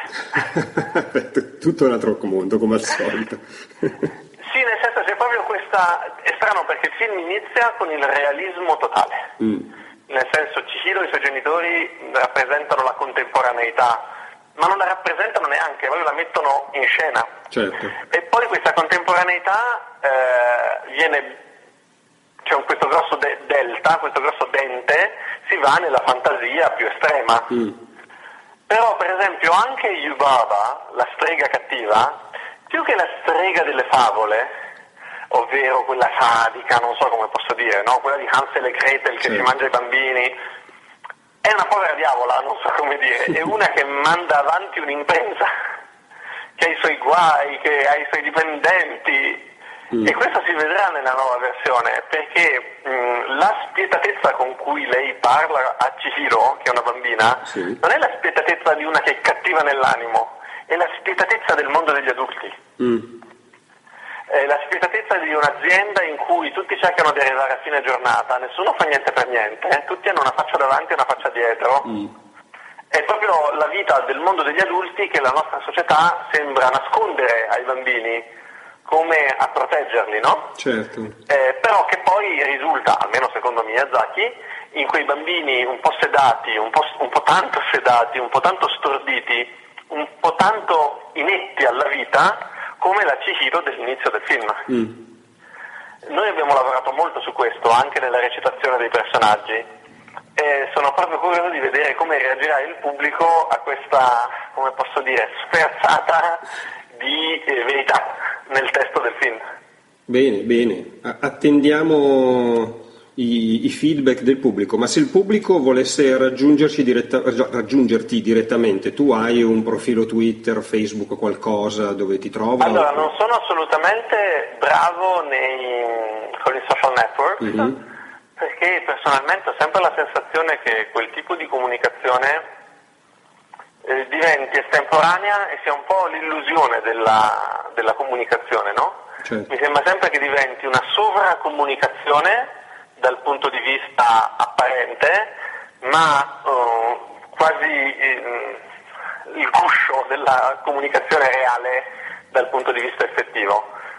fare. Tutto un altro mondo, come al solito. Sì, nel senso c'è proprio questa... È strano perché il film inizia con il realismo totale. Mm. Nel senso Chihiro e i suoi genitori rappresentano la contemporaneità, ma non la rappresentano neanche, proprio la mettono in scena. Certo. E poi questa contemporaneità eh, viene... c'è questo grosso de- delta, questo grosso dente, si va nella fantasia più estrema. Mm. Però per esempio anche Yubaba, la strega cattiva, più che la strega delle favole, ovvero quella sadica, non so come posso dire, no? Quella di Hansel e Gretel che certo, si mangia i bambini, è una povera diavola, non so come dire, è una che manda avanti un'impresa che ha i suoi guai, che ha i suoi dipendenti. Mm. E questo si vedrà nella nuova versione, perché mh, la spietatezza con cui lei parla a Chihiro, che è una bambina, sì, non è la spietatezza di una che è cattiva nell'animo, è la spietatezza del mondo degli adulti. Mm. È la spietatezza di un'azienda in cui tutti cercano di arrivare a fine giornata, nessuno fa niente per niente, eh? Tutti hanno una faccia davanti e una faccia dietro. Mm. È proprio la vita del mondo degli adulti che la nostra società sembra nascondere ai bambini, come a proteggerli, no? Certo. Eh, però che poi risulta, almeno secondo Miyazaki, in quei bambini un po' sedati, un po', un po' tanto sedati, un po' tanto storditi, un po' tanto inetti alla vita, come la Chihiro dell'inizio del film. Mm. Noi abbiamo lavorato molto su questo, anche nella recitazione dei personaggi, e sono proprio curioso di vedere come reagirà il pubblico a questa, come posso dire, sferzata di eh, verità nel testo del film. Bene, bene. Attendiamo i, i feedback del pubblico, ma se il pubblico volesse raggiungerci diretta, raggiungerti direttamente, tu hai un profilo Twitter, Facebook, qualcosa dove ti trova? Allora, non sono assolutamente bravo nei, con i social network, mm-hmm, perché personalmente ho sempre la sensazione che quel tipo di comunicazione eh, diventi estemporanea e sia un po' l'illusione della, della comunicazione, no? Certo. Mi sembra sempre che diventi una sovracomunicazione dal punto di vista apparente, ma uh, quasi eh, il guscio della comunicazione reale dal punto di vista effettivo.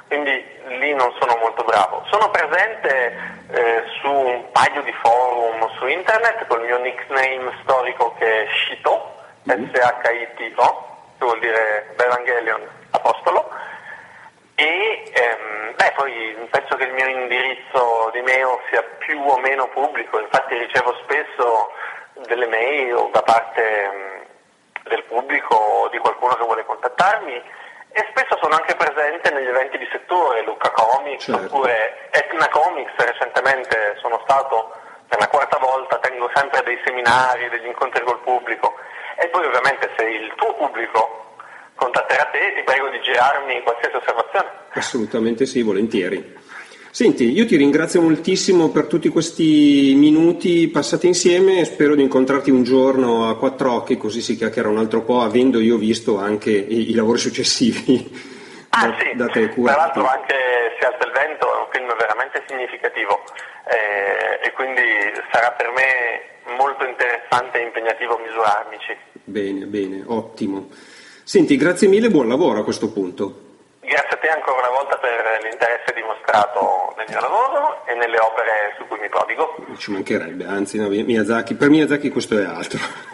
quindi lì non sono molto bravo. Sono presente eh, su un paio di forum su internet col mio nickname storico che è Shito, mm-hmm. S H I T O, che vuol dire Evangelion Apostolo, e ehm, beh, poi penso che il mio indirizzo di mail sia più o meno pubblico, infatti ricevo spesso delle mail da parte mh, del pubblico o di qualcuno che vuole contattarmi, e spesso sono anche presente negli eventi di settore, Lucca Comics, certo. oppure Etna Comics. Recentemente sono stato per la quarta volta, tengo sempre dei seminari, degli incontri col pubblico, e poi ovviamente se il tuo pubblico contatterà te, ti prego di girarmi qualsiasi osservazione. Assolutamente sì, volentieri. Senti, io ti ringrazio moltissimo per tutti questi minuti passati insieme, spero di incontrarti un giorno a quattro occhi, così si chiacchiera un altro po', avendo io visto anche i, i lavori successivi ah, da, sì. da te curati. Tra l'altro anche Si alza il vento è un film veramente significativo, eh, e quindi sarà per me molto interessante e impegnativo misurarmici. Bene, bene, ottimo. Senti, grazie mille, buon lavoro a questo punto. Grazie a te ancora una volta per l'interesse dimostrato nel mio lavoro e nelle opere su cui mi prodigo. Ci mancherebbe, anzi no, Miyazaki, per Miyazaki questo è altro.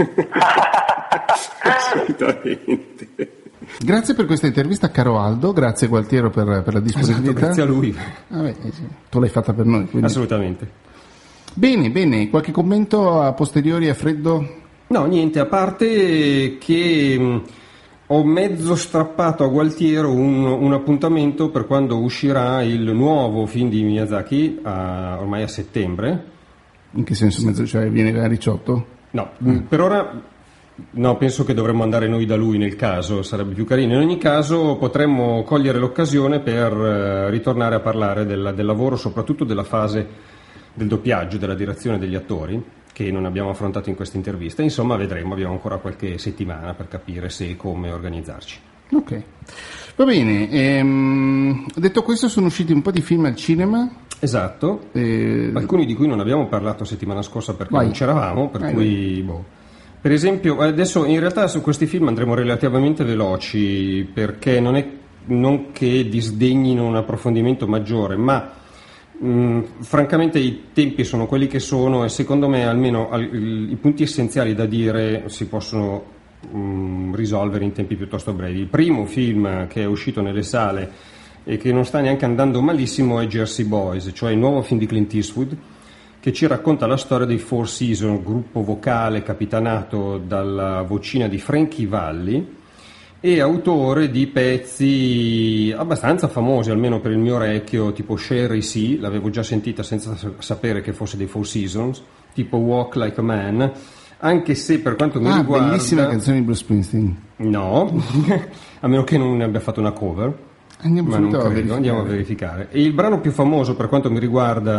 Assolutamente. Grazie per questa intervista, caro Aldo, grazie Gualtiero per, per la disponibilità. Esatto, grazie a lui. Vabbè, tu l'hai fatta per noi. Quindi. Assolutamente. Bene, bene, qualche commento a posteriori a freddo? No, niente, a parte che mh, ho mezzo strappato a Gualtiero un, un appuntamento per quando uscirà il nuovo film di Miyazaki, a, ormai a settembre. In che senso mezzo? Cioè viene a diciotto? No, mm. per ora no, penso che dovremmo andare noi da lui nel caso, sarebbe più carino. In ogni caso potremmo cogliere l'occasione per eh, ritornare a parlare del, del lavoro, soprattutto della fase del doppiaggio, della direzione degli attori, che non abbiamo affrontato in questa intervista. Insomma, vedremo, abbiamo ancora qualche settimana per capire se e come organizzarci. Ok, va bene. Ehm, detto questo, sono usciti un po' di film al cinema. Esatto, eh... alcuni di cui non abbiamo parlato settimana scorsa perché vai. non c'eravamo, per vai, cui... Boh. Per esempio, adesso in realtà su questi film andremo relativamente veloci, perché non è non che disdegnino un approfondimento maggiore, ma mh, francamente i tempi sono quelli che sono, e secondo me almeno al, il, i punti essenziali da dire si possono mh, risolvere in tempi piuttosto brevi. Il primo film che è uscito nelle sale e che non sta neanche andando malissimo è Jersey Boys, cioè il nuovo film di Clint Eastwood, che ci racconta la storia dei Four Seasons, gruppo vocale capitanato dalla vocina di Frankie Valli e autore di pezzi abbastanza famosi, almeno per il mio orecchio, tipo Sherry Sea, l'avevo già sentita senza sapere che fosse dei Four Seasons, tipo Walk Like a Man, anche se per quanto mi ah, riguarda... bellissima canzone di Bruce Springsteen. No, a meno che non ne abbia fatto una cover. Andiamo, Ma non credo, a andiamo a verificare. E il brano più famoso per quanto mi riguarda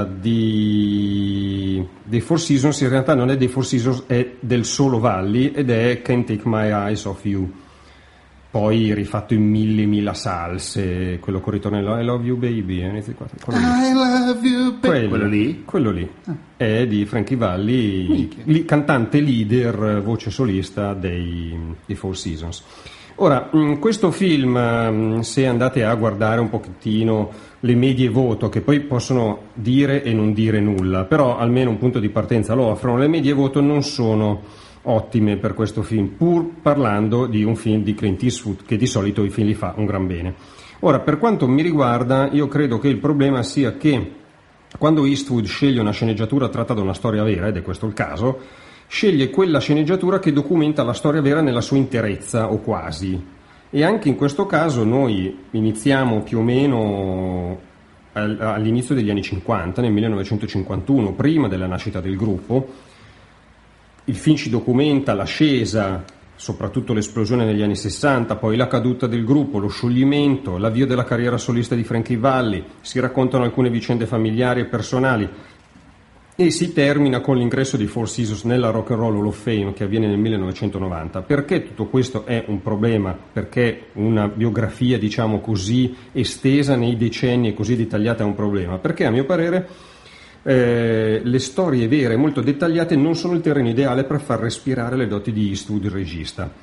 di dei Four Seasons in realtà non è dei Four Seasons, è del solo Valli ed è Can't Take My Eyes Off You, poi rifatto in mille mille salse, quello con ritornello I Love You Baby, quello lì. I love you baby. Quello, quello lì, quello lì. Ah. È di Frankie Valli, li, cantante leader, voce solista dei, dei Four Seasons. Ora, questo film, se andate a guardare un pochettino le medie voto, che poi possono dire e non dire nulla, però almeno un punto di partenza lo offrono, le medie voto non sono ottime per questo film, pur parlando di un film di Clint Eastwood, che di solito i film li fa un gran bene. Ora, per quanto mi riguarda, io credo che il problema sia che quando Eastwood sceglie una sceneggiatura tratta da una storia vera, ed è questo il caso, sceglie quella sceneggiatura che documenta la storia vera nella sua interezza o quasi, e anche in questo caso noi iniziamo più o meno all'inizio degli anni cinquanta, nel millenovecentocinquantuno, prima della nascita del gruppo. Il film ci documenta l'ascesa, soprattutto l'esplosione negli anni sessanta, poi la caduta del gruppo, lo scioglimento, l'avvio della carriera solista di Frankie Valli, si raccontano alcune vicende familiari e personali, e si termina con l'ingresso di Four Seasons nella Rock and Roll Hall of Fame, che avviene nel millenovecentonovanta. Perché tutto questo è un problema? Perché una biografia, diciamo così, estesa nei decenni e così dettagliata è un problema? Perché a mio parere eh, le storie vere molto dettagliate non sono il terreno ideale per far respirare le doti di Eastwood, il regista.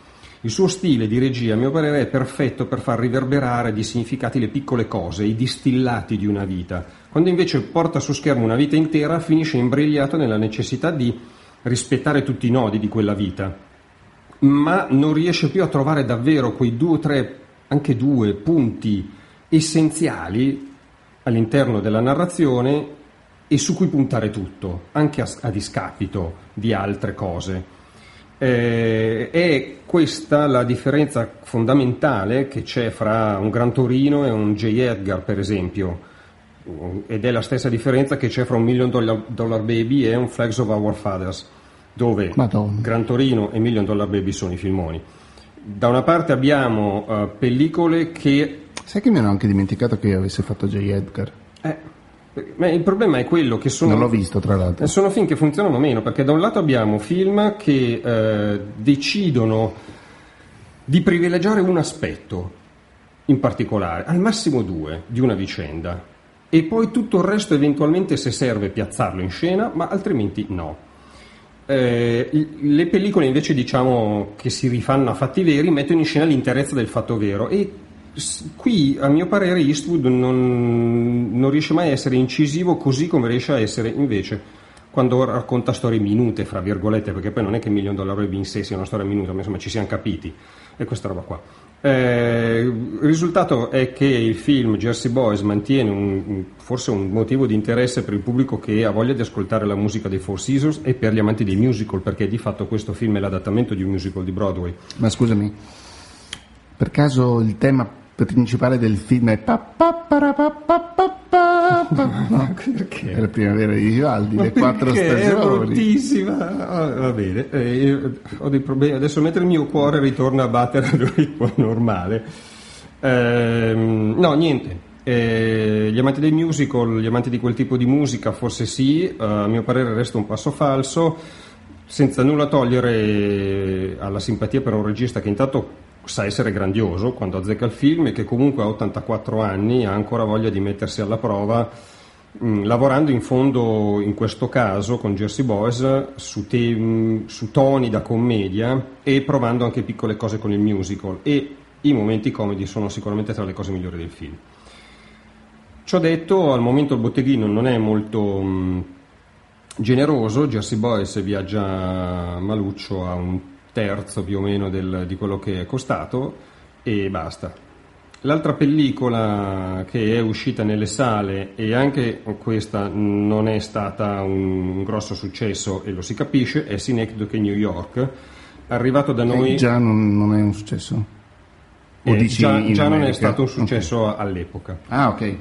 Il suo stile di regia, a mio parere, è perfetto per far riverberare di significati le piccole cose, i distillati di una vita. Quando invece porta su schermo una vita intera, finisce imbrigliato nella necessità di rispettare tutti i nodi di quella vita, ma non riesce più a trovare davvero quei due o tre, anche due punti essenziali all'interno della narrazione e su cui puntare tutto, anche a, a discapito di altre cose. Eh, è questa la differenza fondamentale che c'è fra un Gran Torino e un J. Edgar, per esempio, ed è la stessa differenza che c'è fra un Million Dollar, Dollar Baby e un Flags of Our Fathers, dove Madonna. Gran Torino e Million Dollar Baby sono i filmoni. Da una parte abbiamo uh, pellicole che... Sai che mi hanno anche dimenticato che io avessi fatto J. Edgar? Eh... Ma il problema è quello che sono... Non l'ho visto, tra l'altro. Sono film che funzionano meno, perché da un lato abbiamo film che eh, decidono di privilegiare un aspetto in particolare, al massimo due, di una vicenda, e poi tutto il resto eventualmente, se serve, piazzarlo in scena, ma altrimenti no. Eh, le pellicole invece, diciamo, che si rifanno a fatti veri, mettono in scena l'interezza del fatto vero, e qui, a mio parere, Eastwood non, non riesce mai a essere incisivo così come riesce a essere invece quando racconta storie minute, fra virgolette, perché poi non è che Million Dollar Baby in sé sia una storia minuta, ma insomma ci siamo capiti, e questa roba qua. Eh, il risultato è che il film Jersey Boys mantiene un, forse un motivo di interesse per il pubblico che ha voglia di ascoltare la musica dei Four Seasons e per gli amanti dei musical, perché di fatto questo film è l'adattamento di un musical di Broadway. Ma scusami, per caso il tema principale del film è pa, pa, pa, pa, pa, pa, pa, pa. No, perché? È la primavera di Vivaldi, le quattro stagioni. È bruttissima. Ah, va bene, eh, ho dei problemi adesso, mentre il mio cuore ritorna a battere ad un ritmo normale. Eh, no, niente. Eh, gli amanti dei musical, gli amanti di quel tipo di musica, forse sì. Uh, a mio parere resta un passo falso, senza nulla togliere alla simpatia per un regista che intanto sa essere grandioso quando azzecca il film e che comunque a ottantaquattro anni ha ancora voglia di mettersi alla prova, mh, lavorando in fondo, in questo caso con Jersey Boys, su, te- su toni da commedia e provando anche piccole cose con il musical, e i momenti comedi sono sicuramente tra le cose migliori del film. Ciò detto, al momento il botteghino non è molto mh, generoso. Jersey Boys viaggia maluccio a un terzo più o meno del, di quello che è costato, e basta. L'altra pellicola che è uscita nelle sale, e anche questa non è stata un, un grosso successo, e lo si capisce, è Synecdoche New York, arrivato da noi... E già non, non è un successo? O eh, dici già già non è stato un okay. successo all'epoca. Ah, ok.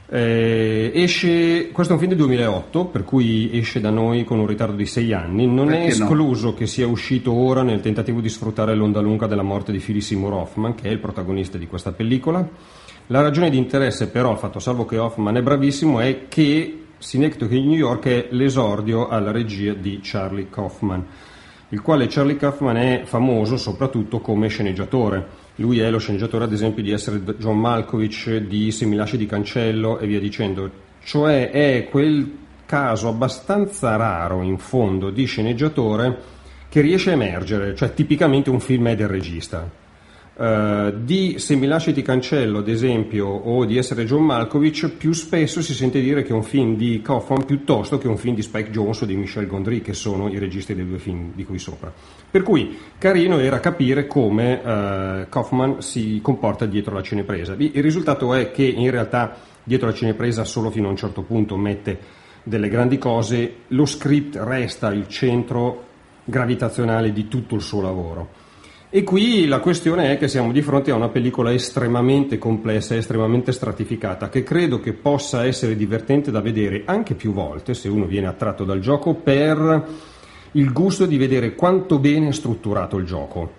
Eh, esce, questo è un film del duemilaotto, per cui esce da noi con un ritardo di sei anni. Non Perché è escluso no? che sia uscito ora nel tentativo di sfruttare l'onda lunga della morte di Philip Seymour Hoffman, che è il protagonista di questa pellicola. La ragione di interesse, però, fatto salvo che Hoffman è bravissimo, è che Synecdoche New York è l'esordio alla regia di Charlie Kaufman, il quale Charlie Kaufman è famoso soprattutto come sceneggiatore. Lui è lo sceneggiatore, ad esempio, di Essere John Malkovich, di Se mi lasci di cancello e via dicendo. Cioè è quel caso abbastanza raro, in fondo, di sceneggiatore che riesce a emergere, cioè tipicamente un film è del regista. Uh, di Se mi lasci ti cancello, ad esempio, o di Essere John Malkovich, più spesso si sente dire che è un film di Kaufman piuttosto che un film di Spike Jonze o di Michel Gondry, che sono i registi dei due film di cui sopra. Per cui carino era capire come uh, Kaufman si comporta dietro la cinepresa. Il risultato è che in realtà dietro la cinepresa solo fino a un certo punto mette delle grandi cose, lo script resta il centro gravitazionale di tutto il suo lavoro. E qui la questione è che siamo di fronte a una pellicola estremamente complessa, estremamente stratificata, che credo che possa essere divertente da vedere anche più volte, se uno viene attratto dal gioco, per il gusto di vedere quanto bene è strutturato il gioco,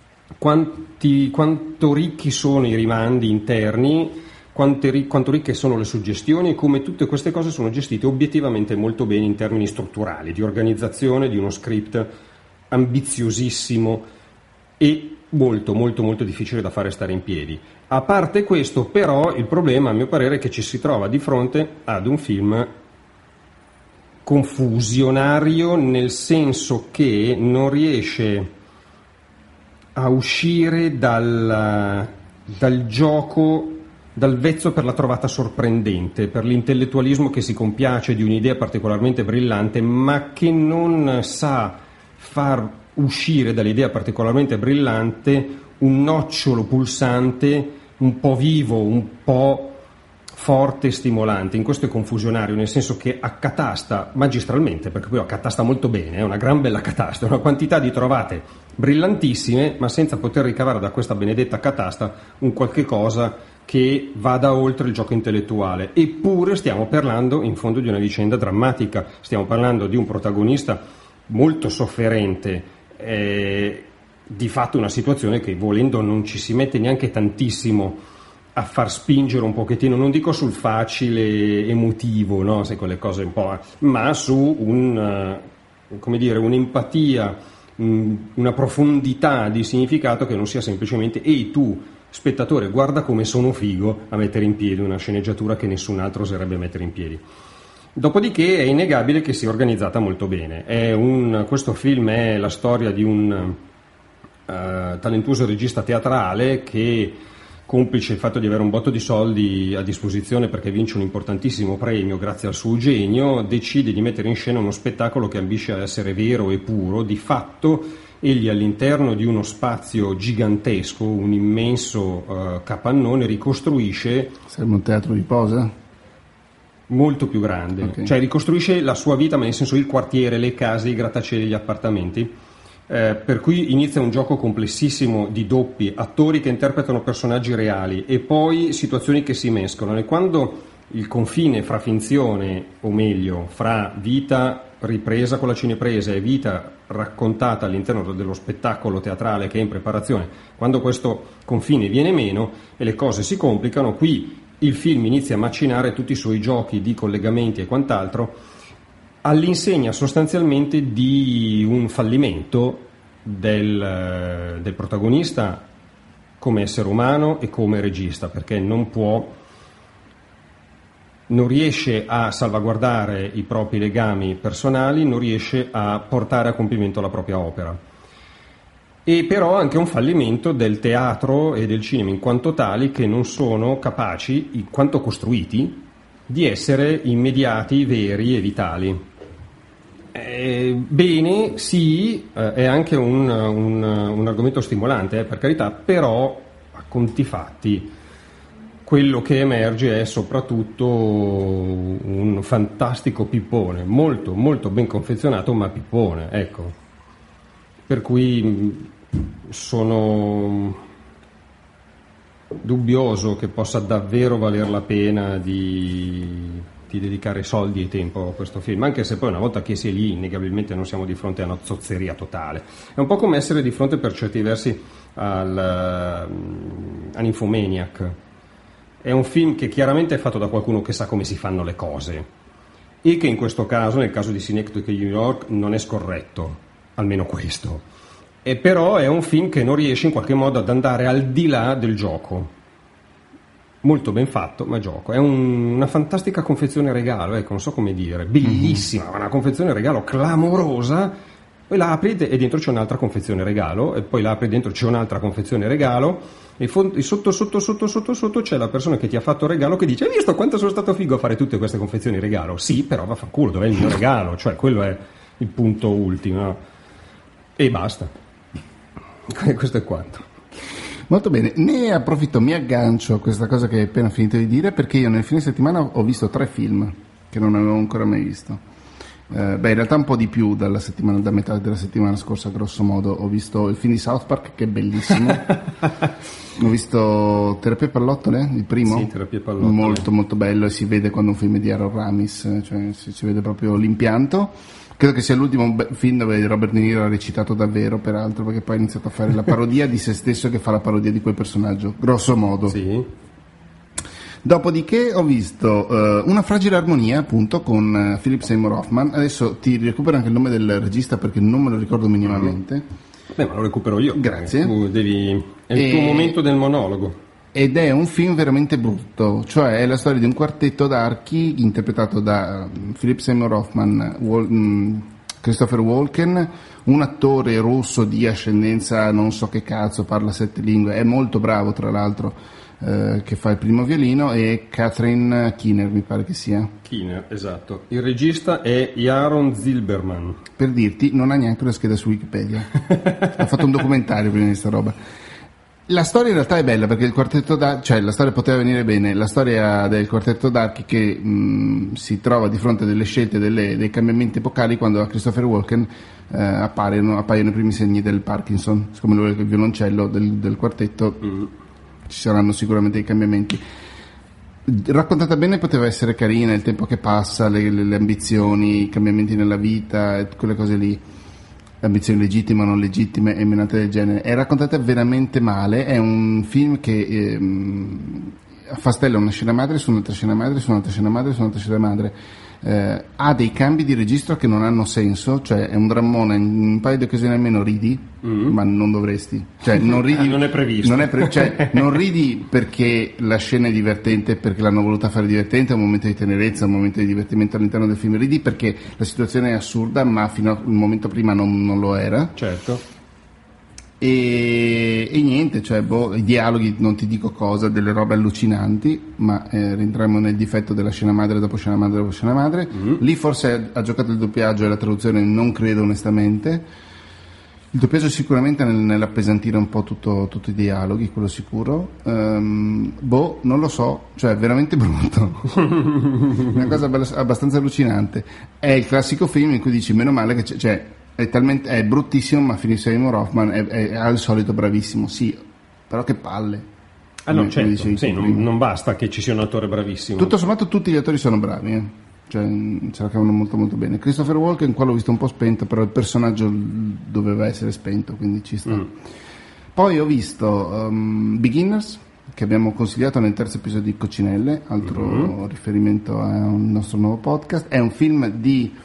quanti, quanto ricchi sono i rimandi interni, quante, quanto ricche sono le suggestioni, e come tutte queste cose sono gestite obiettivamente molto bene in termini strutturali, di organizzazione, di uno script ambiziosissimo e molto molto molto difficile da fare stare in piedi. A parte questo, però, il problema, a mio parere, è che ci si trova di fronte ad un film confusionario, nel senso che non riesce a uscire dal, dal gioco, dal vezzo per la trovata sorprendente, per l'intellettualismo che si compiace di un'idea particolarmente brillante, ma che non sa far uscire dall'idea particolarmente brillante un nocciolo pulsante, un po' vivo, un po' forte e stimolante. In questo è confusionario, nel senso che accatasta magistralmente, perché poi accatasta molto bene, è una gran bella catasta, una quantità di trovate brillantissime, ma senza poter ricavare da questa benedetta catasta un qualche cosa che vada oltre il gioco intellettuale. Eppure stiamo parlando in fondo di una vicenda drammatica, stiamo parlando di un protagonista molto sofferente, eh, di fatto una situazione che volendo non ci si mette neanche tantissimo a far spingere un pochettino, non dico sul facile emotivo, no, se quelle cose un po', ma su un, come dire, un'empatia, una profondità di significato che non sia semplicemente ehi tu spettatore guarda come sono figo a mettere in piedi una sceneggiatura che nessun altro oserebbe mettere in piedi. Dopodiché è innegabile che sia organizzata molto bene. È un, questo film è la storia di un uh, talentuoso regista teatrale che, complice il fatto di avere un botto di soldi a disposizione perché vince un importantissimo premio grazie al suo genio, decide di mettere in scena uno spettacolo che ambisce a essere vero e puro. Di fatto egli, all'interno di uno spazio gigantesco, un immenso uh, capannone, ricostruisce... Sarebbe un teatro di posa? Molto più grande, okay. Cioè ricostruisce la sua vita, ma nel senso il quartiere, le case, i grattacieli, gli appartamenti. Eh, per cui inizia un gioco complessissimo di doppi, attori che interpretano personaggi reali e poi situazioni che si mescolano, e quando il confine fra finzione, o meglio fra vita ripresa con la cinepresa e vita raccontata all'interno dello spettacolo teatrale che è in preparazione, quando questo confine viene meno e le cose si complicano, qui il film inizia a macinare tutti i suoi giochi di collegamenti e quant'altro, all'insegna sostanzialmente di un fallimento del, del protagonista come essere umano e come regista, perché non può, non riesce a salvaguardare i propri legami personali, non riesce a portare a compimento la propria opera. E però anche un fallimento del teatro e del cinema in quanto tali, che non sono capaci, in quanto costruiti, di essere immediati, veri e vitali. Eh, bene, sì, eh, è anche un, un, un argomento stimolante, eh, per carità, però a conti fatti quello che emerge è soprattutto un fantastico pippone, molto molto ben confezionato, ma pippone, ecco. Per cui sono dubbioso che possa davvero valer la pena di di dedicare soldi e tempo a questo film, anche se poi una volta che si è lì innegabilmente non siamo di fronte a una zozzeria totale. È un po' come essere di fronte per certi versi al, uh, all'Infomaniac. È un film che chiaramente è fatto da qualcuno che sa come si fanno le cose e che in questo caso, nel caso di Synecdoche New York, non è scorretto, almeno questo. E però è un film che non riesce in qualche modo ad andare al di là del gioco. Molto ben fatto, ma gioco. È un, una fantastica confezione regalo, ecco, non so come dire, bellissima, mm-hmm. Una confezione regalo clamorosa, poi la apri e dentro c'è un'altra confezione regalo, e poi la apri e dentro c'è un'altra confezione regalo, e, fo- e sotto sotto sotto sotto sotto c'è la persona che ti ha fatto il regalo che dice: hai visto quanto sono stato figo a fare tutte queste confezioni regalo? Sì, però vaffanculo, dov'è il mio regalo? Cioè, quello è il punto ultimo, no? E basta. Questo è quanto. Molto bene, ne approfitto, mi aggancio a questa cosa che hai appena finito di dire, perché io nel fine settimana ho visto tre film che non avevo ancora mai visto. Eh, beh, in realtà un po' di più dalla settimana, da metà della settimana scorsa, grosso modo. Ho visto il film di South Park, che è bellissimo. Ho visto Terapia Pallottole, il primo. Sì, Terapia Pallottole. Molto molto bello, e si vede quando un film è di Aaron Ramis, cioè si, si vede proprio l'impianto. Credo che sia l'ultimo film dove Robert De Niro ha recitato davvero, peraltro, perché poi ha iniziato a fare la parodia di se stesso, che fa la parodia di quel personaggio, grosso modo. Sì. Dopodiché ho visto uh, Una fragile armonia, appunto, con uh, Philip Seymour Hoffman. Adesso ti recupero anche il nome del regista perché non me lo ricordo minimamente. Beh, ma lo recupero io. Grazie. Tu devi... È il e... tuo momento del monologo. Ed è un film veramente brutto, cioè è la storia di un quartetto d'archi interpretato da Philip Seymour Hoffman, Wal- Christopher Walken, un attore russo di ascendenza non so che cazzo, parla sette lingue, è molto bravo tra l'altro, eh, che fa il primo violino, e Catherine Keener mi pare che sia. Keener, esatto. Il regista è Jaron Zilberman. Per dirti, non ha neanche una scheda su Wikipedia. Ha fatto un documentario prima di sta roba. La storia in realtà è bella perché il quartetto d'archi, cioè la storia poteva venire bene, la storia del quartetto d'archi che mh, si trova di fronte a delle scelte, delle, dei cambiamenti epocali quando a Christopher Walken eh, appaiono, appaiono i primi segni del Parkinson, siccome lui è il violoncello del, del quartetto, mm. ci saranno sicuramente dei cambiamenti. Raccontata bene poteva essere carina, il tempo che passa, le, le, le ambizioni, i cambiamenti nella vita, quelle cose lì. Ambizioni legittime o non legittime e menate del genere. È raccontata veramente male, è un film che ehm, affastella una scena madre su un'altra scena madre su un'altra scena madre su un'altra scena madre, eh, ha dei cambi di registro che non hanno senso, cioè è un drammone, in un paio di occasioni almeno ridi, mm-hmm. ma non dovresti, cioè non ridi, non è previsto, non, è pre- cioè, non ridi perché la scena è divertente, perché l'hanno voluta fare divertente, è un momento di tenerezza, un momento di divertimento all'interno del film, ridi perché la situazione è assurda, ma fino a un momento prima non, non lo era. Certo. E, e niente, cioè boh, i dialoghi non ti dico cosa, delle robe allucinanti, ma eh, rientriamo nel difetto della scena madre dopo scena madre dopo scena madre. Mm-hmm. Lì forse ha giocato il doppiaggio e la traduzione, non credo onestamente. Il doppiaggio sicuramente nel, nell'appesantire un po' tutto, tutti i dialoghi, quello sicuro. Um, boh, non lo so, cioè veramente brutto. Una cosa abbastanza allucinante. È il classico film in cui dici meno male che c'è, cioè è talmente è bruttissimo, ma Philip Seymour Hoffman è, è, è al solito bravissimo, sì, però che palle. Ah no, certo, sì, non, non basta che ci sia un attore bravissimo. Tutto sommato tutti gli attori sono bravi, eh. Cioè ce la cavano molto molto bene. Christopher Walken qua l'ho visto un po' spento, però il personaggio doveva essere spento, quindi ci sta. Mm. Poi ho visto um, Beginners, che abbiamo consigliato nel terzo episodio di Coccinelle, altro mm-hmm. riferimento a un nostro nuovo podcast. È un film di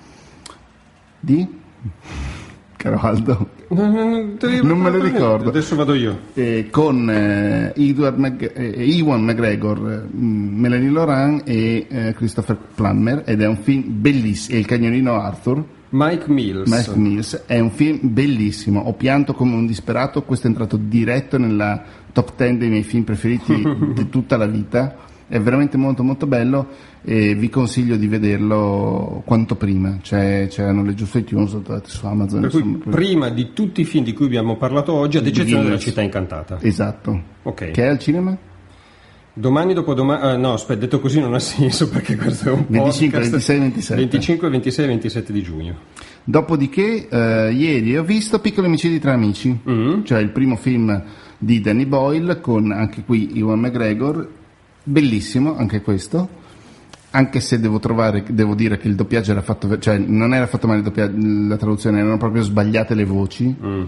di caro Aldo, no, no, no, non me lo ricordo, adesso vado io, eh, con eh, Edward Mag- eh, Ewan McGregor, eh, Melanie Laurent e eh, Christopher Plummer, ed è un film bellissimo. E il cagnolino Arthur, Mike Mills. Mike Mills è un film bellissimo, ho pianto come un disperato, questo è entrato diretto nella top ten dei miei film preferiti di tutta la vita. È veramente molto molto bello e vi consiglio di vederlo quanto prima, cioè c'erano le giuste iTunes, lo trovate su Amazon. Per cui insomma, prima di tutti i film di cui abbiamo parlato oggi, ad eccezione della Città Incantata. Esatto. Ok. Che è al cinema? Domani, dopodomani, eh, no aspetta, detto così non ha senso perché questo è un venticinque, podcast. ventisei, ventisette venticinque, ventisei, ventisette di giugno. Dopodiché eh, ieri ho visto Piccoli omicidi tra amici, mm-hmm. cioè il primo film di Danny Boyle con anche qui Ewan McGregor. Bellissimo anche questo, anche se devo trovare, devo dire che il doppiaggio era fatto, cioè non era fatto male il doppiaggio, la traduzione, erano proprio sbagliate le voci. Mm.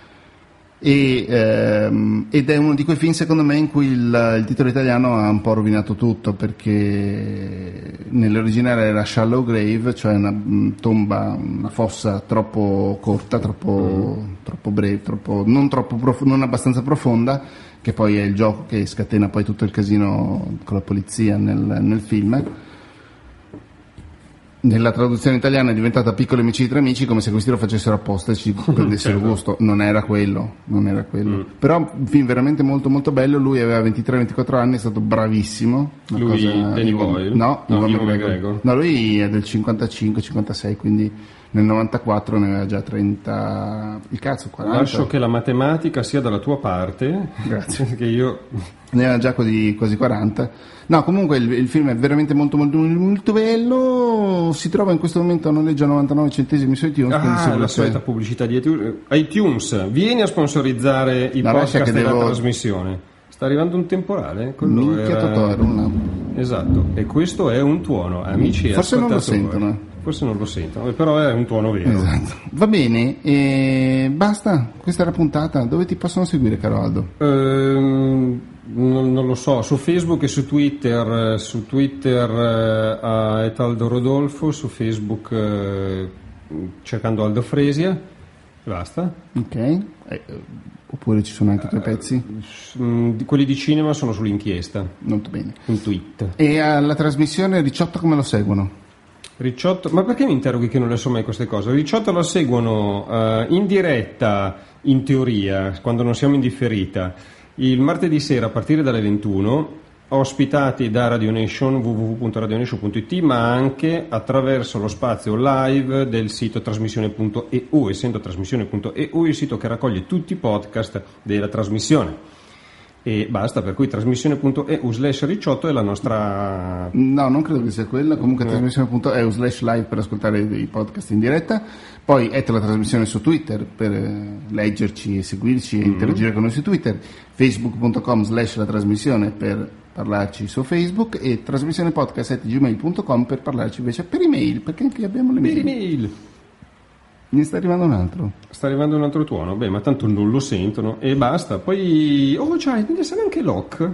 E, ehm, ed è uno di quei film secondo me in cui il, il titolo italiano ha un po' rovinato tutto, perché nell'originale era Shallow Grave, cioè una mh, tomba, una fossa troppo corta, troppo, mm. troppo breve, troppo, non, troppo prof- non abbastanza profonda, che poi è il gioco che scatena poi tutto il casino con la polizia nel, nel film. Nella traduzione italiana è diventata Piccoli omicidi tra amici, come se questi lo facessero apposta e ci prendessero certo. gusto. Non era quello, non era quello. Mm. Però un film veramente molto molto bello. Lui aveva ventitré ventiquattro anni, è stato bravissimo. Una lui, cosa... Danny Boyle? No, no, Ewan McGregor. McGregor. No, lui è del cinquantacinque cinquantasei, quindi nel novantaquattro ne aveva già trenta, il cazzo, quaranta. Lascio che la matematica sia dalla tua parte. Grazie. Che io... Ne aveva già quasi, quasi quaranta. No, comunque il, il film è veramente molto molto molto bello. Si trova in questo momento a noleggio a novantanove centesimi su iTunes. Ah, la solita pubblicità di iTunes. Vieni a sponsorizzare i la podcast della devo... trasmissione. Sta arrivando un temporale? Quello Minchia era... Totoro, no. Esatto, e questo è un tuono, amici. Forse non lo sentono. Forse non lo sentono, però è un tuono vero. Esatto. Va bene, e basta, questa è la puntata. Dove ti possono seguire, caro Aldo? Ehm, non, non lo so, su Facebook e su Twitter, su Twitter eh, a Etaldo Rodolfo, su Facebook eh, cercando Aldo Fresia, basta. Ok, eh, oppure ci sono anche i tuoi pezzi? Uh, quelli di cinema sono sull'inchiesta. Molto bene. Un tweet. E alla trasmissione diciotto come lo seguono? Ricciotto, ma perché mi interroghi che non le so mai queste cose? Ricciotto la seguono uh, in diretta, in teoria, quando non siamo in differita, il martedì sera a partire dalle ventuno, ospitati da Radio Nation, w w w punto radio nation punto i t, ma anche attraverso lo spazio live del sito trasmissione punto e u, essendo trasmissione punto e u il sito che raccoglie tutti i podcast della trasmissione. E basta, per cui trasmissione punto e u slash Ricciotto è la nostra... No, non credo che sia quella, comunque no. trasmissione punto e u slash live per ascoltare i podcast in diretta, poi è la trasmissione su Twitter per leggerci, seguirci e mm-hmm. interagire con noi su Twitter, facebook punto com slash la trasmissione per parlarci su Facebook e trasmissione podcast at gmail punto com per parlarci invece per email, perché anche abbiamo le mail. Per email. Ne sta arrivando un altro. Sta arrivando un altro tuono, beh, ma tanto non lo sentono e basta. Poi, oh, c'hai, ne sa anche Locke.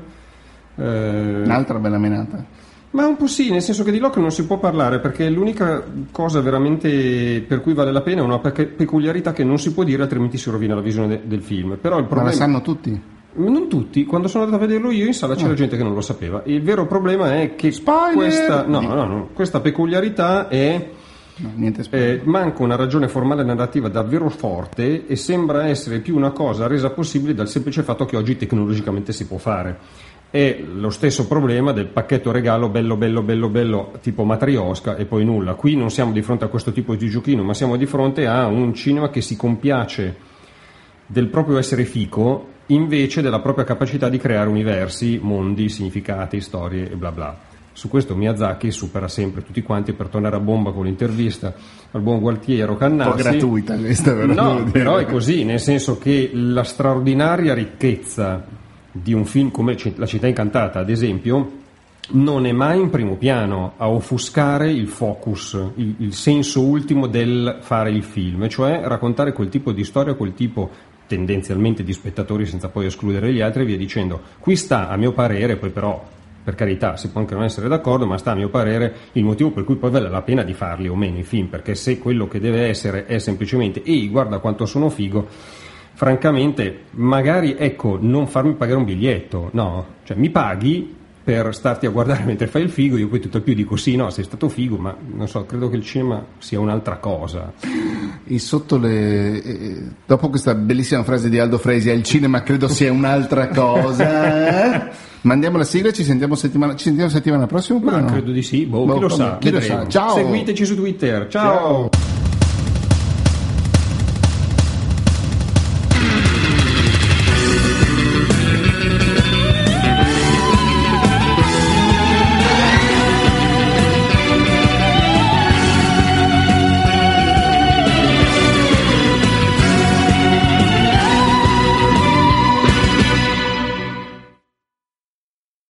Eh, Un'altra bella menata. Ma un po' sì, nel senso che di Locke non si può parlare perché l'unica cosa veramente per cui vale la pena è una pe- peculiarità che non si può dire, altrimenti si rovina la visione de- del film. Però il problema... Ma la sanno tutti? Non tutti, quando sono andato a vederlo io in sala c'era oh. gente che non lo sapeva. Il vero problema è che Spoiler! questa, no, no, no, questa peculiarità è... No, niente eh, manca una ragione formale narrativa davvero forte e sembra essere più una cosa resa possibile dal semplice fatto che oggi tecnologicamente si può fare. È lo stesso problema del pacchetto regalo bello bello bello bello tipo Matrioska e poi nulla. Qui non siamo di fronte a questo tipo di giochino, ma siamo di fronte a un cinema che si compiace del proprio essere fico invece della propria capacità di creare universi, mondi, significati, storie e bla bla. Su questo Miyazaki supera sempre tutti quanti. Per tornare a bomba con l'intervista al buon Gualtiero Cannassi, un po' gratuita questa, però, no, però è così, nel senso che la straordinaria ricchezza di un film come La città incantata, ad esempio, non è mai in primo piano a offuscare il focus, il, il senso ultimo del fare il film, cioè raccontare quel tipo di storia, quel tipo tendenzialmente di spettatori, senza poi escludere gli altri e via dicendo. Qui sta, a mio parere, poi però per carità si può anche non essere d'accordo, ma sta a mio parere il motivo per cui poi vale la pena di farli o meno i film, perché se quello che deve essere è semplicemente ehi guarda quanto sono figo, francamente magari ecco non farmi pagare un biglietto, no, cioè mi paghi per starti a guardare mentre fai il figo, io poi tutto più dico sì, no, sei stato figo, ma non so, credo che il cinema sia un'altra cosa. E sotto le... eh, dopo questa bellissima frase di Aldo Fresi, il cinema credo sia un'altra cosa, eh? Mandiamo la sigla, ci sentiamo settimana, ci sentiamo settimana prossima? Ma no? credo di sì, boh, boh chi lo sa, chi lo sa. Ciao. Seguiteci su Twitter, ciao. Ciao.